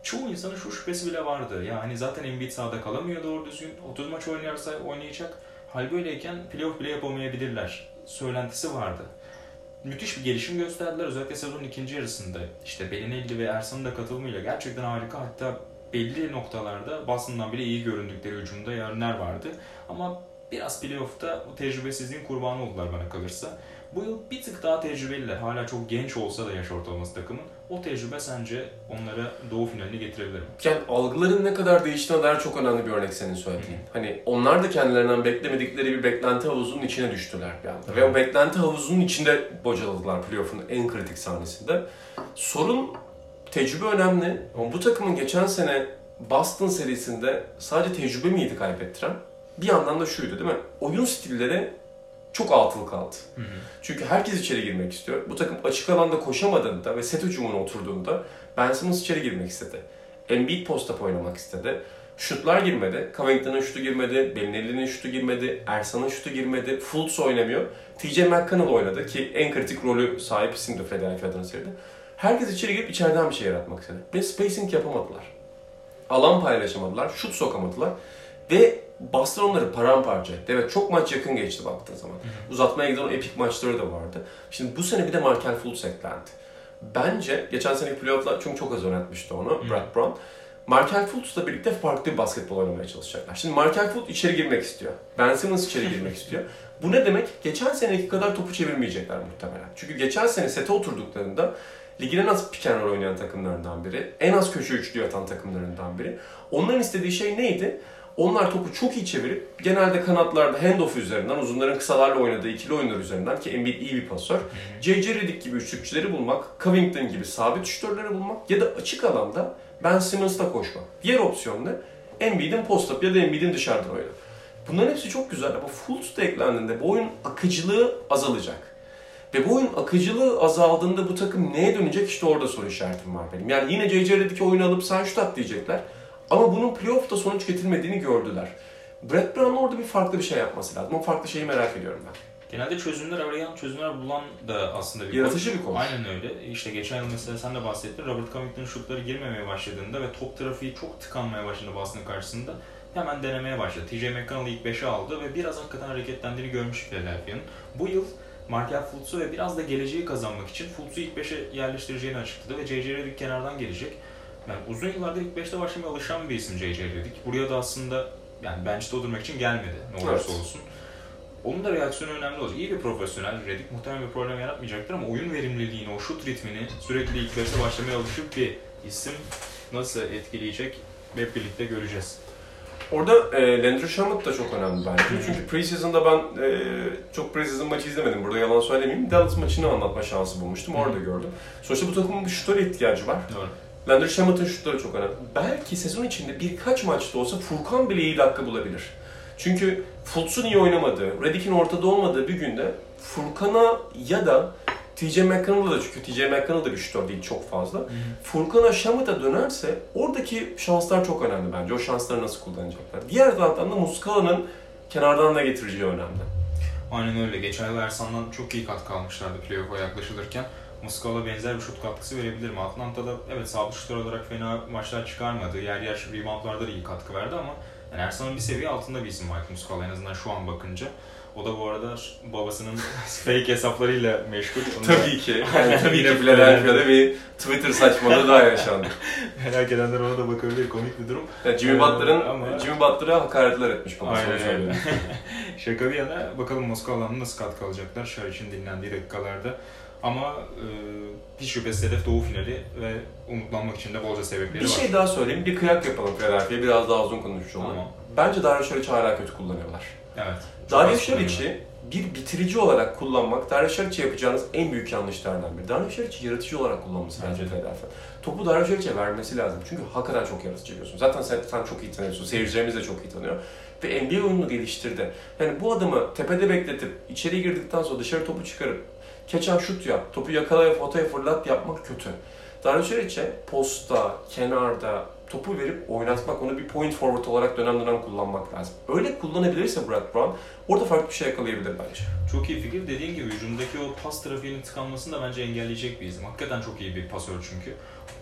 çoğu insanın şu şüphesi bile vardı. Yani zaten Embiid sahada kalamıyor doğru düzgün. otuz maç oynarsa oynayacak. Hal böyleyken playoff bile yapamayabilirler söylentisi vardı. Müthiş bir gelişim gösterdiler. Özellikle sezonun ikinci yarısında. İşte Belinelli ve Ersan'ın da katılımıyla gerçekten harika. Hatta belli noktalarda Boston'dan bile iyi göründükleri hücumda yerler vardı. Ama biraz playoff'ta o tecrübesizliğin kurbanı oldular bana kalırsa. Bu yıl bir tık daha tecrübeliler. Hala çok genç olsa da yaş ortalaması takımın. O tecrübe sence onlara doğu finaline getirebilir mi? Yani algıların ne kadar değiştiğine dair çok önemli bir örnek senin söylediğin. Hı. Hani onlar da kendilerinden beklemedikleri bir beklenti havuzunun içine düştüler bir anda. Hı. Ve o beklenti havuzunun içinde bocaladılar playoff'un en kritik sahnesinde. Sorun tecrübe önemli. Ama bu takımın geçen sene Boston serisinde sadece tecrübe miydi kaybettiren? Bir yandan da şuydu değil mi? Oyun stilleri çok altılı kaldı. Hı hı. Çünkü herkes içeri girmek istiyor. Bu takım açık alanda koşamadığında ve set hücumuna oturduğunda Ben Simmons içeri girmek istedi. Embiid post-up oynamak istedi. Şutlar girmedi. Covington'ın şutu girmedi. Belinelli'nin şutu girmedi. Ersan'ın şutu girmedi. Fultz oynamıyor. T J McConnell oynadı ki en kritik rolü sahip isimdi Philadelphia'dan seride. Herkes içeri girip içeriden bir şey yaratmak istedi. Ve spacing yapamadılar. Alan paylaşamadılar. Şut sokamadılar. Ve Boston onları paramparça etti. Evet çok maç yakın geçti baktığın zaman. Hı-hı. Uzatmaya giden o epik maçları da vardı. Şimdi bu sene bir de Markelle Fultz eklendi. Bence geçen seneki playoff'lar çünkü çok az yönetmişti onu Hı-hı. Brad Brown. Markelle Fultz'la birlikte farklı bir basketbol oynamaya çalışacaklar. Şimdi Markelle Fultz içeri girmek istiyor. Ben Simmons içeri girmek istiyor. Bu ne demek? Geçen seneki kadar topu çevirmeyecekler muhtemelen. Çünkü geçen sene sete oturduklarında ligin en az pick and roll oynayan takımlarından biri, en az köşe üçlü atan takımlarından biri. Onların istediği şey neydi? Onlar topu çok iyi çevirip genelde kanatlarda handoff üzerinden, uzunların kısalarla oynadığı ikili oyunlar üzerinden ki Embiid iyi bir pasör. J J Redick gibi üçlükçüleri bulmak, Covington gibi sabit şütörleri bulmak ya da açık alanda Ben Simmons'la koşmak. Diğer opsiyon ne? Embiid'in post-up ya da Embiid'in dışarıdan oyunu. Bunların hepsi çok güzel ama Fultz da eklendiğinde bu oyun akıcılığı azalacak. Ve bu oyun akıcılığı azaldığında bu takım neye dönecek işte orada soru işaretim var benim. Yani yine J J Redick'e oyunu alıp sen şut at diyecekler. Ama bunun playoff'ta sonuç getirmediğini gördüler. Brad Brown'un orada bir farklı bir şey yapması lazım. O farklı şeyi merak ediyorum ben. Genelde çözümler arayan, çözümler bulan da aslında bir yaratıcı bir koç. Aynen öyle. İşte geçen yıl mesela sen de bahsettin. Robert Covington'ın şutları girmemeye başladığında ve top trafiği çok tıkanmaya başladı Boston'ın karşısında. Hemen denemeye başladı. T J McConnell'ı ilk beşe aldı ve biraz hakikaten hareketlendiğini görmüş Philadelphia'nın. Bu yıl Markelle Fultz'u ve biraz da geleceği kazanmak için Fultz'u ilk beşe yerleştireceğini açıkladı ve J J Redick kenardan gelecek. Yani uzun yıllardır ilk beşte başlamaya alışan bir isim J J Redick. Buraya da aslında yani bench'te oturmak için gelmedi ne olursa evet. olsun. Onun da reaksiyonu önemli olacak. İyi bir profesyonel. Redick muhtemelen bir problem yaratmayacaktır ama oyun verimliliğini, o şut ritmini sürekli ilk beşte başlamaya alışıp bir isim nasıl etkileyecek hep birlikte göreceğiz. Orada e, Landry Shamet da çok önemli bence. Çünkü preseason'da ben e, çok preseason maçı izlemedim. Burada yalan söylemeyeyim. Dallas maçını anlatma şansı bulmuştum. Orada gördüm. Sonuçta bu takımın bir şutöre ihtiyacı var. Doğru. Landry Shamet'ın şutları çok önemli. Belki sezon içinde birkaç maçta olsa Furkan bile iyi dakika bulabilir. Çünkü Fultz'un iyi oynamadığı, Redick'in ortada olmadığı bir günde Furkan'a ya da T J McConnell'da da çünkü T J McConnell da bir şutör değil çok fazla. Hı-hı. Furkan'a Shamet'a dönerse oradaki şanslar çok önemli bence. O şansları nasıl kullanacaklar. Diğer taraftan da Muscala'nın kenardan da getireceği önemli. Aynen öyle. Geçen yıl Ersan'dan çok iyi katkı almışlardı playoff'a yaklaşılırken. Muscala benzer bir şut katkısı verebilir mi? Atlanta'da evet sabit şutör olarak fena maçlar çıkarmadı. Yer yer reboundlarda da iyi katkı verdi ama yani Ersan'ın bir seviye altında bir isim Mike Muscala en azından şu an bakınca. O da bu arada babasının fake hesaplarıyla meşgul. Tabii ki. Yani tabii ki Philadelphia'da bir Twitter saçmalığı daha yaşandı. Merak edenler ona da bakabilir. Komik bir durum. Yani Jimmy Butler'ın ama... Jimmy Butler'a hakaretler etmiş babası. Aynen öyle. Şaka bir yana bakalım Muscala'nın nasıl katkı alacaklar Şaric'in dinlendiği dakikalarda. Ama e, hiç şüphesiz hedef Doğu finali ve umutlanmak için de bolca sebepleri bir var. Bir şey daha söyleyeyim. Bir kıyak yapalım Philadelphia'ya. Biraz daha uzun konuşacağım. Tamam. Bence Dario Saric'i hala kötü kullanıyorlar. Evet. Dario Saric'i bir bitirici olarak kullanmak, Dario Saric'e yapacağınız en büyük yanlışlardan biri. Dario Saric'i yaratıcı olarak kullanması bence Philadelphia. Topu Dario Saric'e vermesi lazım. Çünkü hakikaten çok yaratıcı biliyorsun. Zaten sen, sen çok iyi tanıyorsun. Seyircilerimiz de çok iyi tanıyor. Ve N B A oyununu geliştirdi. Yani bu adamı tepede bekletip, içeri girdikten sonra dışarı topu çıkarıp keçen şut yap, topu yakalaya potaya fırlat yapmak kötü. Dario Saric'e posta, kenarda topu verip oynatmak, onu bir point forward olarak dönem dönem kullanmak lazım. Öyle kullanabilirse Brad Brown, orada farklı bir şey yakalayabilir bence. Çok iyi fikir. Dediğin gibi hücumdaki o pas trafiğinin tıkanmasını da bence engelleyecek bir isim. Hakikaten çok iyi bir pasör çünkü.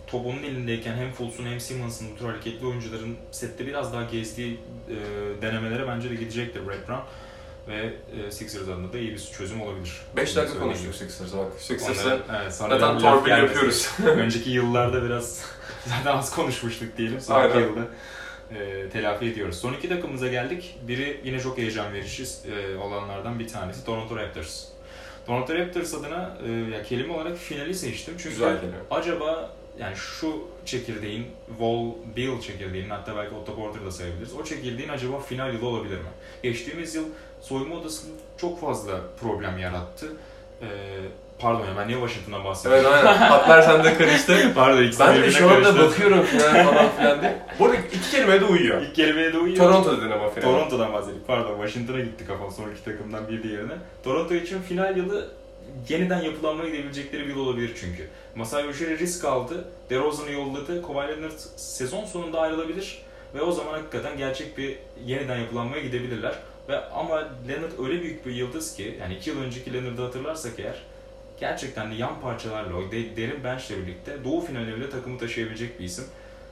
top onun elindeyken hem Fultz'un hem Simmons'ın bu tür hareketli oyuncuların sette biraz daha gezdiği e, denemelere bence de gidecektir Brett Brown. Ve e, Sixers adına da iyi bir çözüm olabilir. beş dakika konuştuk Sixers'a bak. Sixers'a evet, zaten torpil yapıyoruz. Önceki yıllarda biraz zaten az konuşmuştuk diyelim. Sonraki yılda e, telafi ediyoruz. Son iki takımımıza geldik. Biri yine çok heyecan verici e, olanlardan bir tanesi Toronto Raptors. Toronto Raptors adına e, ya kelime olarak finali seçtim. Çünkü acaba yani şu çekirdeğin, Wall Bill çekirdeğinin, hatta belki Otto Porter'ı da sayabiliriz. O çekirdeğin acaba final yılı olabilir mi? Geçtiğimiz yıl soyunma odası çok fazla problem yarattı. Ee, pardon ya ben niye Washington'dan bahsediyorum? Evet aynen. Hatlar sende karıştı. Pardon ikisi ben de şu anda bakıyorum final falan filan diye. Bu arada iki kelimeye de uyuyor. İlk kelimeye de uyuyor. Toronto dedin ama final. Toronto'dan bahsettik. Pardon Washington'a gitti kafam son iki takımdan bir diğerine. Toronto için final yılı yeniden yapılanmaya gidebilecekleri bir yıl olabilir çünkü. Masai Ujiri risk aldı. DeRozan'ı yolladı. Kawhi Leonard sezon sonunda ayrılabilir. Ve o zaman hakikaten gerçek bir yeniden yapılanmaya gidebilirler. Ve ama Leonard öyle büyük bir yıldız ki, yani iki yıl önceki Leonard'ı hatırlarsak eğer, gerçekten de yan parçalarla, o derin bench'le birlikte Doğu finaline bile takımı taşıyabilecek bir isim.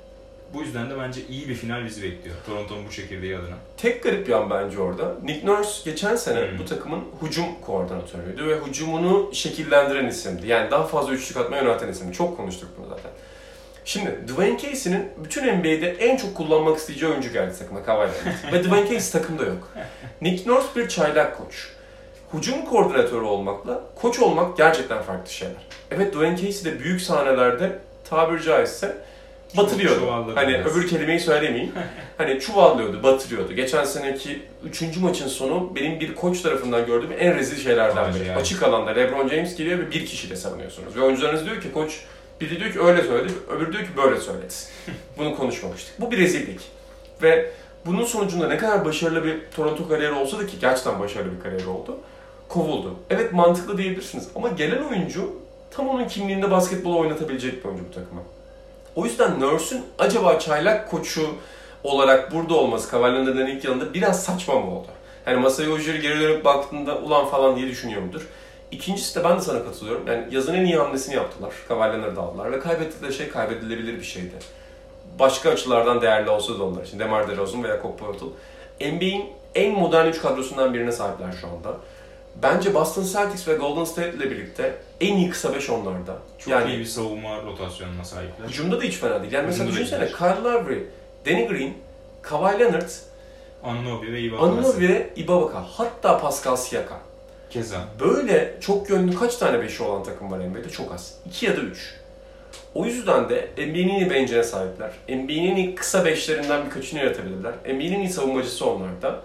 Bu yüzden de bence iyi bir final bizi bekliyor Toronto'nun bu çekirdeği adına. Tek garip yan bence orada. Nick Nurse geçen sene hmm. bu takımın hücum koordinatörüydü ve hücumunu şekillendiren isimdi. Yani daha fazla üçlük atmaya yönelten isimdi. Çok konuştuk bunu zaten. Şimdi Dwayne Casey'nin bütün N B A'de en çok kullanmak isteyeceği oyuncu geldi takıma, Kawhi Leonard. Ve Dwayne Casey takımda yok. Nick Nurse bir çaylak koç. Hücum koordinatörü olmakla koç olmak gerçekten farklı şeyler. Evet, Dwayne Casey de büyük sahnelerde tabiri caizse batırıyordu. Hani biraz. Öbür kelimeyi söylemeyeyim. Hani çuvallıyordu, batırıyordu. Geçen seneki üçüncü maçın sonu benim bir koç tarafından gördüğüm en rezil şeylerden biri. Yani. Açık alanda LeBron James geliyor ve bir kişiyle savunuyorsunuz. Ve oyuncularınız diyor ki koç, biri diyor ki öyle söyledi, öbürü diyor ki böyle söyledi. Bunu konuşmamıştık. Bu bir rezillik. Ve bunun sonucunda ne kadar başarılı bir Toronto kariyeri olsa da, ki gerçekten başarılı bir kariyeri oldu, kovuldu. Evet, mantıklı diyebilirsiniz ama gelen oyuncu tam onun kimliğinde basketbolu oynatabilecek bir oyuncu bu takıma. O yüzden Nurse'ün acaba çaylak koçu olarak burada olması Kawhi Leonard'ın ilk yılında biraz saçma mı oldu? Yani Masai Ujiri geri dönüp baktığında ulan falan diye düşünüyor mudur? İkincisi de ben de sana katılıyorum. Yani yazın en iyi hamlesini yaptılar. Kawhi Leonard'ı aldılar ve kaybettikleri şey kaybedilebilir bir şeydi. Başka açılardan değerli olsa da onlar için. DeMar DeRozan veya Jakob Poeltl. N B A'in en modern üç kadrosundan birine sahipler şu anda. Bence Boston Celtics ve Golden State ile birlikte en iyi kısa beş onlarda. Çok yani, iyi bir savunma rotasyonuna sahipler. Hücumda da hiç fena değil. Yani mesela düşünsene Kyle Lowry, Danny Green, Kawhi Leonard, Anunoby ve Ibaka. Anunoby ve Ibaka. Hatta Pascal Siakam. Keza. Böyle çok yönlü kaç tane beşi olan takım var N B A'de? Çok az. iki ya da üç. O yüzden de N B A'nin en iyi bencine sahipler. N B A'nin en iyi kısa beşlerinden birkaçını yaratabilirler. N B A'nin en iyi savunmacısı onlarda.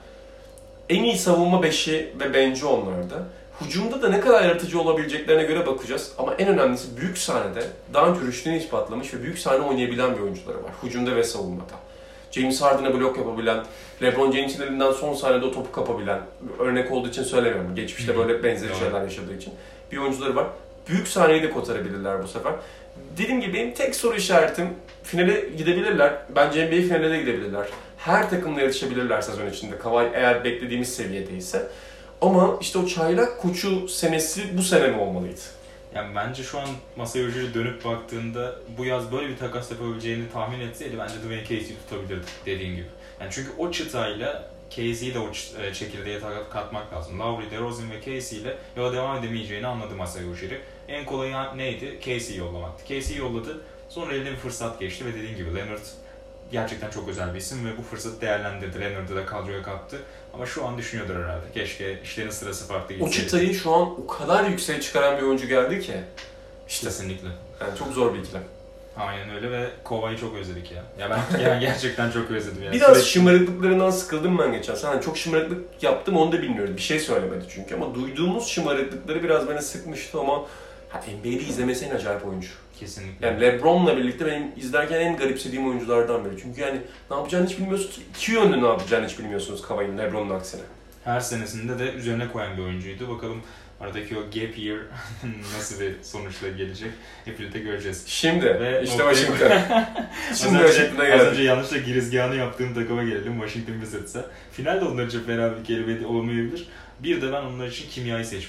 En iyi savunma beşi ve benci onlarda. Hücumda da ne kadar yaratıcı olabileceklerine göre bakacağız. Ama en önemlisi büyük sahnede daha önce rüştünü ispatlamış ve büyük sahne oynayabilen bir oyuncuları var. Hücumda ve savunmada. James Harden'a blok yapabilen, LeBron James'in elinden son saniyede o topu kapabilen, örnek olduğu için söylemiyorum, geçmişte böyle benzeri şeyler yaşadığı için bir oyuncuları var. Büyük sahneyi de kotarabilirler bu sefer. Dediğim gibi benim tek soru işaretim, finale gidebilirler. Bence N B A finaline de gidebilirler. Her takımla yarışabilirler sezon içinde. Kawhi eğer beklediğimiz seviyedeyse. Ama işte o çaylak koçu senesi bu sene mi olmalıydı? Yani bence şu an Masai Ujiri dönüp baktığında bu yaz böyle bir takas yapabileceğini tahmin etseydi bence Dwayne Casey'i tutabilirdi dediğin gibi. Yani çünkü o çıtayla Casey'i de o çekirdeğe katmak lazım. Lowry, DeRozan ve Casey ile yola devam edemeyeceğini anladı Masai Ujiri. En kolayı neydi? Casey'i yollamaktı. Casey'i yolladı. Sonra eline bir fırsat geçti ve dediğin gibi Leonard gerçekten çok özel bir isim ve bu fırsatı değerlendirdi. Leonard'ı da kadroya kattı. Ama şu an düşünüyordur herhalde. Keşke işlerin sırası farklı gitseydi. O çıtayı şu an o kadar yükseğe çıkaran bir oyuncu geldi ki. İşte kesinlikle. Yani çok zor bir ikilem. Aynen öyle ve Kawhi'yi çok özledik ya. Ya ben yani gerçekten çok özledim yani. Biraz Sürekli... şımarıklıklarından sıkıldım ben geçen sene. Yani çok şımarıklık yaptım onu da bilmiyorum. Bir şey söylemedi çünkü ama duyduğumuz şımarıklıkları biraz beni sıkmıştı ama ha, N B A'de izlemesi en acayip oyuncu. Kesinlikle. Yani LeBron'la birlikte benim izlerken en garipsediğim oyunculardan biri. Çünkü yani ne yapacağını hiç bilmiyorsunuz. İki yönlü ne yapacağını hiç bilmiyorsunuz Kawhi'nin LeBron'un aksine. Her senesinde de üzerine koyan bir oyuncuydu. Bakalım aradaki o gap year nasıl bir sonuçla gelecek hep birlikte göreceğiz. Şimdi ve işte Washington. Şimdi Washington'a geldik. Az önce yanlışla girizgahını yaptığım takıma gelelim. Washington Wizards'a. Finalde onlar için fena bir kelime olmayabilir. Bir de ben onlar için kimyayı seçmiştim.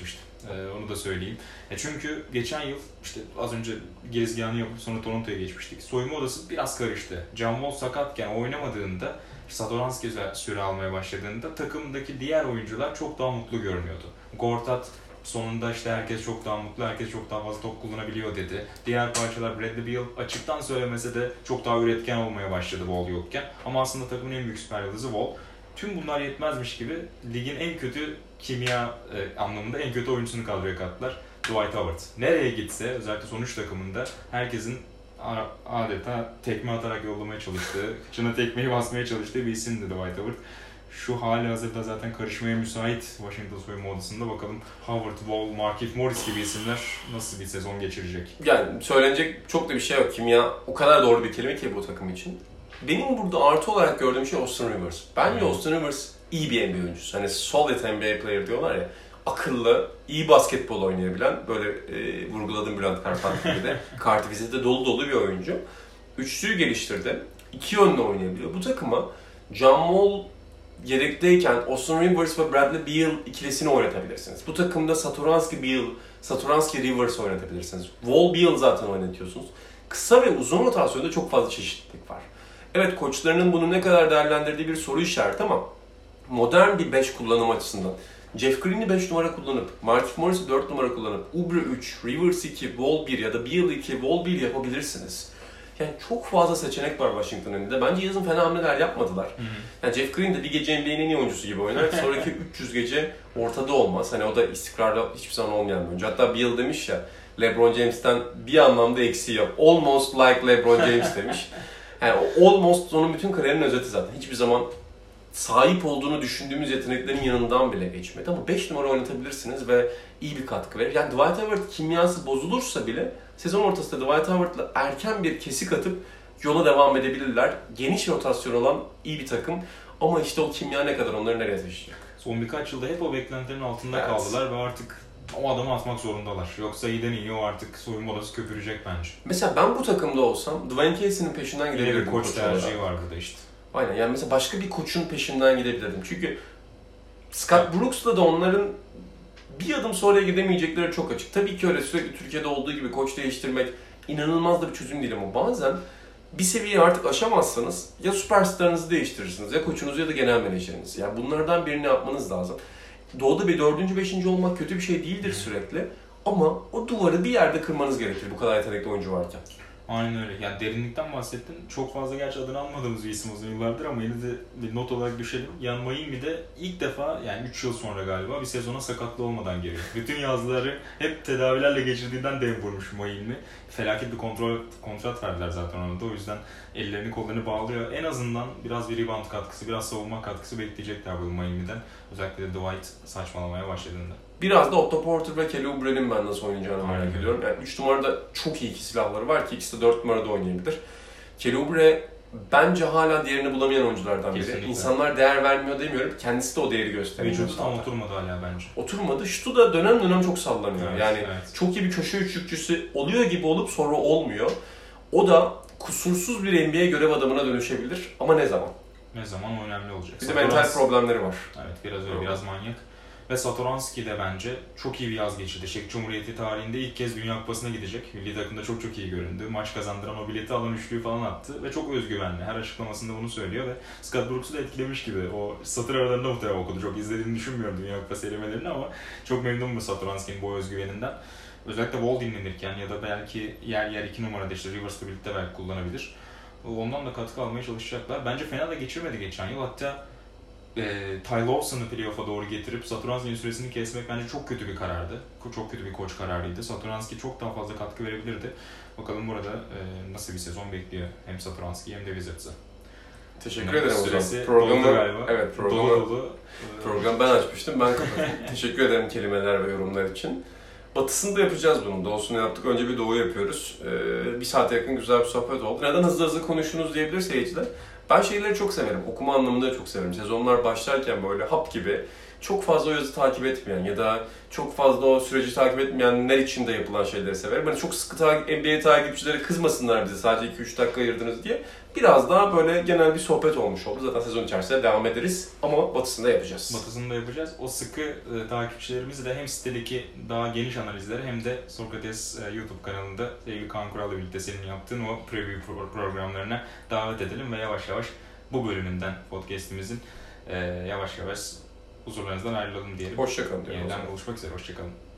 Ee, onu da söyleyeyim. E çünkü geçen yıl işte az önce girizgahını yapıp sonra Toronto'ya geçmiştik. Soyunma odası biraz karıştı. John Wall sakatken oynamadığında, Satoranski süre almaya başladığında takımdaki diğer oyuncular çok daha mutlu görünüyordu. Gortat sonunda işte herkes çok daha mutlu, herkes çok daha fazla top kullanabiliyor dedi. Diğer parçalar Bradley Beal açıktan söylemese de çok daha üretken olmaya başladı Wall yokken. Ama aslında takımın en büyük süper yıldızı Wall. Tüm bunlar yetmezmiş gibi ligin en kötü kimya e, anlamında en kötü oyuncusunu kadroya kattılar. Dwight Howard. Nereye gitse özellikle sonuç takımında herkesin adeta tekme atarak yollamaya çalıştığı, kıçına tekmeyi basmaya çalıştığı bir isimdi Dwight Howard. Şu hali hazırda zaten karışmaya müsait Washington soyunma odasında. Bakalım Howard, Wall, Markieff Morris gibi isimler nasıl bir sezon geçirecek? Yani söylenecek çok da bir şey yok. Kimya o kadar doğru bir kelime ki bu takım için. Benim burada artı olarak gördüğüm şey Austin Rivers. Bence hmm. Austin Rivers iyi bir N B A oyuncusu. Hani solid N B A player diyorlar ya. Akıllı, iyi basketbol oynayabilen, böyle e, vurguladığım Bülent Karpat gibi de kartı vizite dolu dolu bir oyuncu. Üçlüyü geliştirdi. İki yönlü oynayabiliyor. Bu takıma John Wall yedekteyken Austin Rivers ve Bradley Beal ikilisini oynatabilirsiniz. Bu takımda Satoranski Beal, Satoranski Rivers oynatabilirsiniz. Wall Beal zaten oynatıyorsunuz. Kısa ve uzun rotasyonda çok fazla çeşitlilik var. Evet, koçlarının bunu ne kadar değerlendirdiği bir soru işareti ama modern bir beş kullanım açısından Jeff Green'i beş numara kullanıp, Markieff Morris'i dört numara kullanıp, Oubre üç, Rivers iki, Wall bir ya da Beal iki, Wall bir yapabilirsiniz. Yani çok fazla seçenek var Washington önünde. Bence yazın fena hamleler yapmadılar. Hı hı. Yani Jeff Green de bir gece N B A'nin en iyi oyuncusu gibi oynar. Sonraki üç yüz gece ortada olmaz. Hani o da istikrarlı hiçbir zaman olmayan bir oyuncu. Hatta Beal demiş ya, LeBron James'ten bir anlamda eksiği yok. Almost like LeBron James demiş. Yani almost onun bütün kariyerinin özeti zaten. Hiçbir zaman sahip olduğunu düşündüğümüz yeteneklerin yanından bile geçmedi. Ama beş numara oynatabilirsiniz ve iyi bir katkı verir. Yani Dwight Howard kimyası bozulursa bile sezon ortasında Dwight Howard'la erken bir kesik atıp yola devam edebilirler. Geniş rotasyon olan iyi bir takım. Ama işte o kimya ne kadar onları nereye taşıyacak? Son birkaç yılda hep o beklentilerin altında evet. kaldılar ve artık o adamı atmak zorundalar. Yoksa iyiden iyi o artık soyunma odası köpürecek bence. Mesela ben bu takımda olsam Dwayne Casey'nin peşinden gidebilirdim. Yine bir koç tercihi var burada işte. Aynen, yani mesela başka bir koçun peşinden gidebilirdim. Çünkü Scott Brooks'la da onların bir adım sonraya gidemeyecekleri çok açık. Tabii ki öyle sürekli Türkiye'de olduğu gibi koç değiştirmek inanılmaz da bir çözüm değil ama bazen bir seviyeyi artık aşamazsanız ya süperstarınızı değiştirirsiniz ya koçunuzu ya da genel menajerinizi. Yani bunlardan birini yapmanız lazım. Doğuda bir dördüncü, beşinci olmak kötü bir şey değildir sürekli ama o duvarı bir yerde kırmanız gerekir bu kadar yetenekli oyuncu varken. Aynen öyle. Yani derinlikten bahsettin. Çok fazla gerçi adını almadığımız bir isim uzun yıllardır ama yine de bir not olarak düşelim. Yan Miami'de ilk defa yani üç yıl sonra galiba bir sezona sakatlı olmadan geliyor. Bütün yazları hep tedavilerle geçirdiğinden dem vurmuş Miami. Felaket bir kontrol, kontrat verdiler zaten ona da. O yüzden ellerini kollarını bağlıyor. En azından biraz bir rebound katkısı, biraz savunma katkısı bekleyecekler bu Miami'den. Özellikle de Dwight saçmalamaya başladığında. Biraz da Otto Porter ve Kelly Oubre'nin ben nasıl oynayacağını merak Aynen. ediyorum. Yani üç numarada çok iyi iki silahları var ki ikisi de dört numarada oynayabilir. Kelly Oubre bence hala değerini bulamayan oyunculardan biri. Kesinlikle. İnsanlar değer vermiyor demiyorum. Kendisi de o değeri gösteriyor. Vücudu tam oturmadı hala bence. Oturmadı. Şutu da dönem dönem çok sallanıyor. Evet, yani evet. çok iyi bir köşe üçlükçüsü oluyor gibi olup sonra olmuyor. O da kusursuz bir N B A görev adamına dönüşebilir. Ama ne zaman? Ne zaman önemli olacak. Bir de mental problemleri var. Evet, biraz öyle, biraz manyak. Ve Satoranski de bence çok iyi bir yaz geçirdi. Çek Cumhuriyeti tarihinde ilk kez Dünya Kupası'na gidecek. Milli takımda çok çok iyi göründü. Maç kazandıran o bileti alan üçlüyü falan attı. Ve çok özgüvenli. Her açıklamasında bunu söylüyor ve Scott Brooks'u da etkilemiş gibi. O satır aralarında muhtemelen okudu. Çok izlediğini düşünmüyorum Dünya Kupası elemelerini ama çok memnun bu Satoranski'nin bu özgüveninden. Özellikle Wall dinlenirken ya da belki yer yer iki numarada işte Rivers'la birlikte belki kullanabilir. Ondan da katkı almaya çalışacaklar. Bence fena da geçirmedi geçen yıl. Hatta E, Ty Lawson'ı playoff'a doğru getirip Satoranski'nin süresini kesmek bence çok kötü bir karardı. Çok kötü bir koç kararıydı. Satoranski çok daha fazla katkı verebilirdi. Bakalım burada e, nasıl bir sezon bekliyor hem Satoranski hem de Wizards'ı. Teşekkür ederim o zaman. Programı, evet, programı, dolu dolu. Program ben açmıştım, ben kapattım. Teşekkür ederim kelimeler ve yorumlar için. Batısını da yapacağız bunun. Doğusunu yaptık. Önce bir doğu yapıyoruz. Ee, bir saate yakın güzel bir sohbet oldu. Neden hızlı hızlı konuştunuz diyebilir seyirciler. Ben şeyleri çok severim. Okuma anlamında da çok severim. Sezonlar başlarken böyle hap gibi çok fazla o yazı takip etmeyen ya da çok fazla o süreci takip etmeyenler için de yapılan şeyleri severim. Hani çok sıkı N B A takipçileri kızmasınlar bize sadece iki üç dakika ayırdınız diye. Biraz daha böyle genel bir sohbet olmuş oldu. Zaten sezon içerisinde devam ederiz ama batısında yapacağız. Batısında yapacağız. O sıkı e, takipçilerimizi de hem sitedeki daha geniş analizleri hem de Sokrates e, YouTube kanalında sevgili Kaan Kural'la birlikte senin yaptığın o preview pro- programlarına davet edelim ve yavaş yavaş bu bölümünden podcast'imizin e, yavaş yavaş huzurlarınızdan ayrılalım diyelim. Hoşça kalın diyorum. Yeniden buluşmak üzere. Hoşça kalın.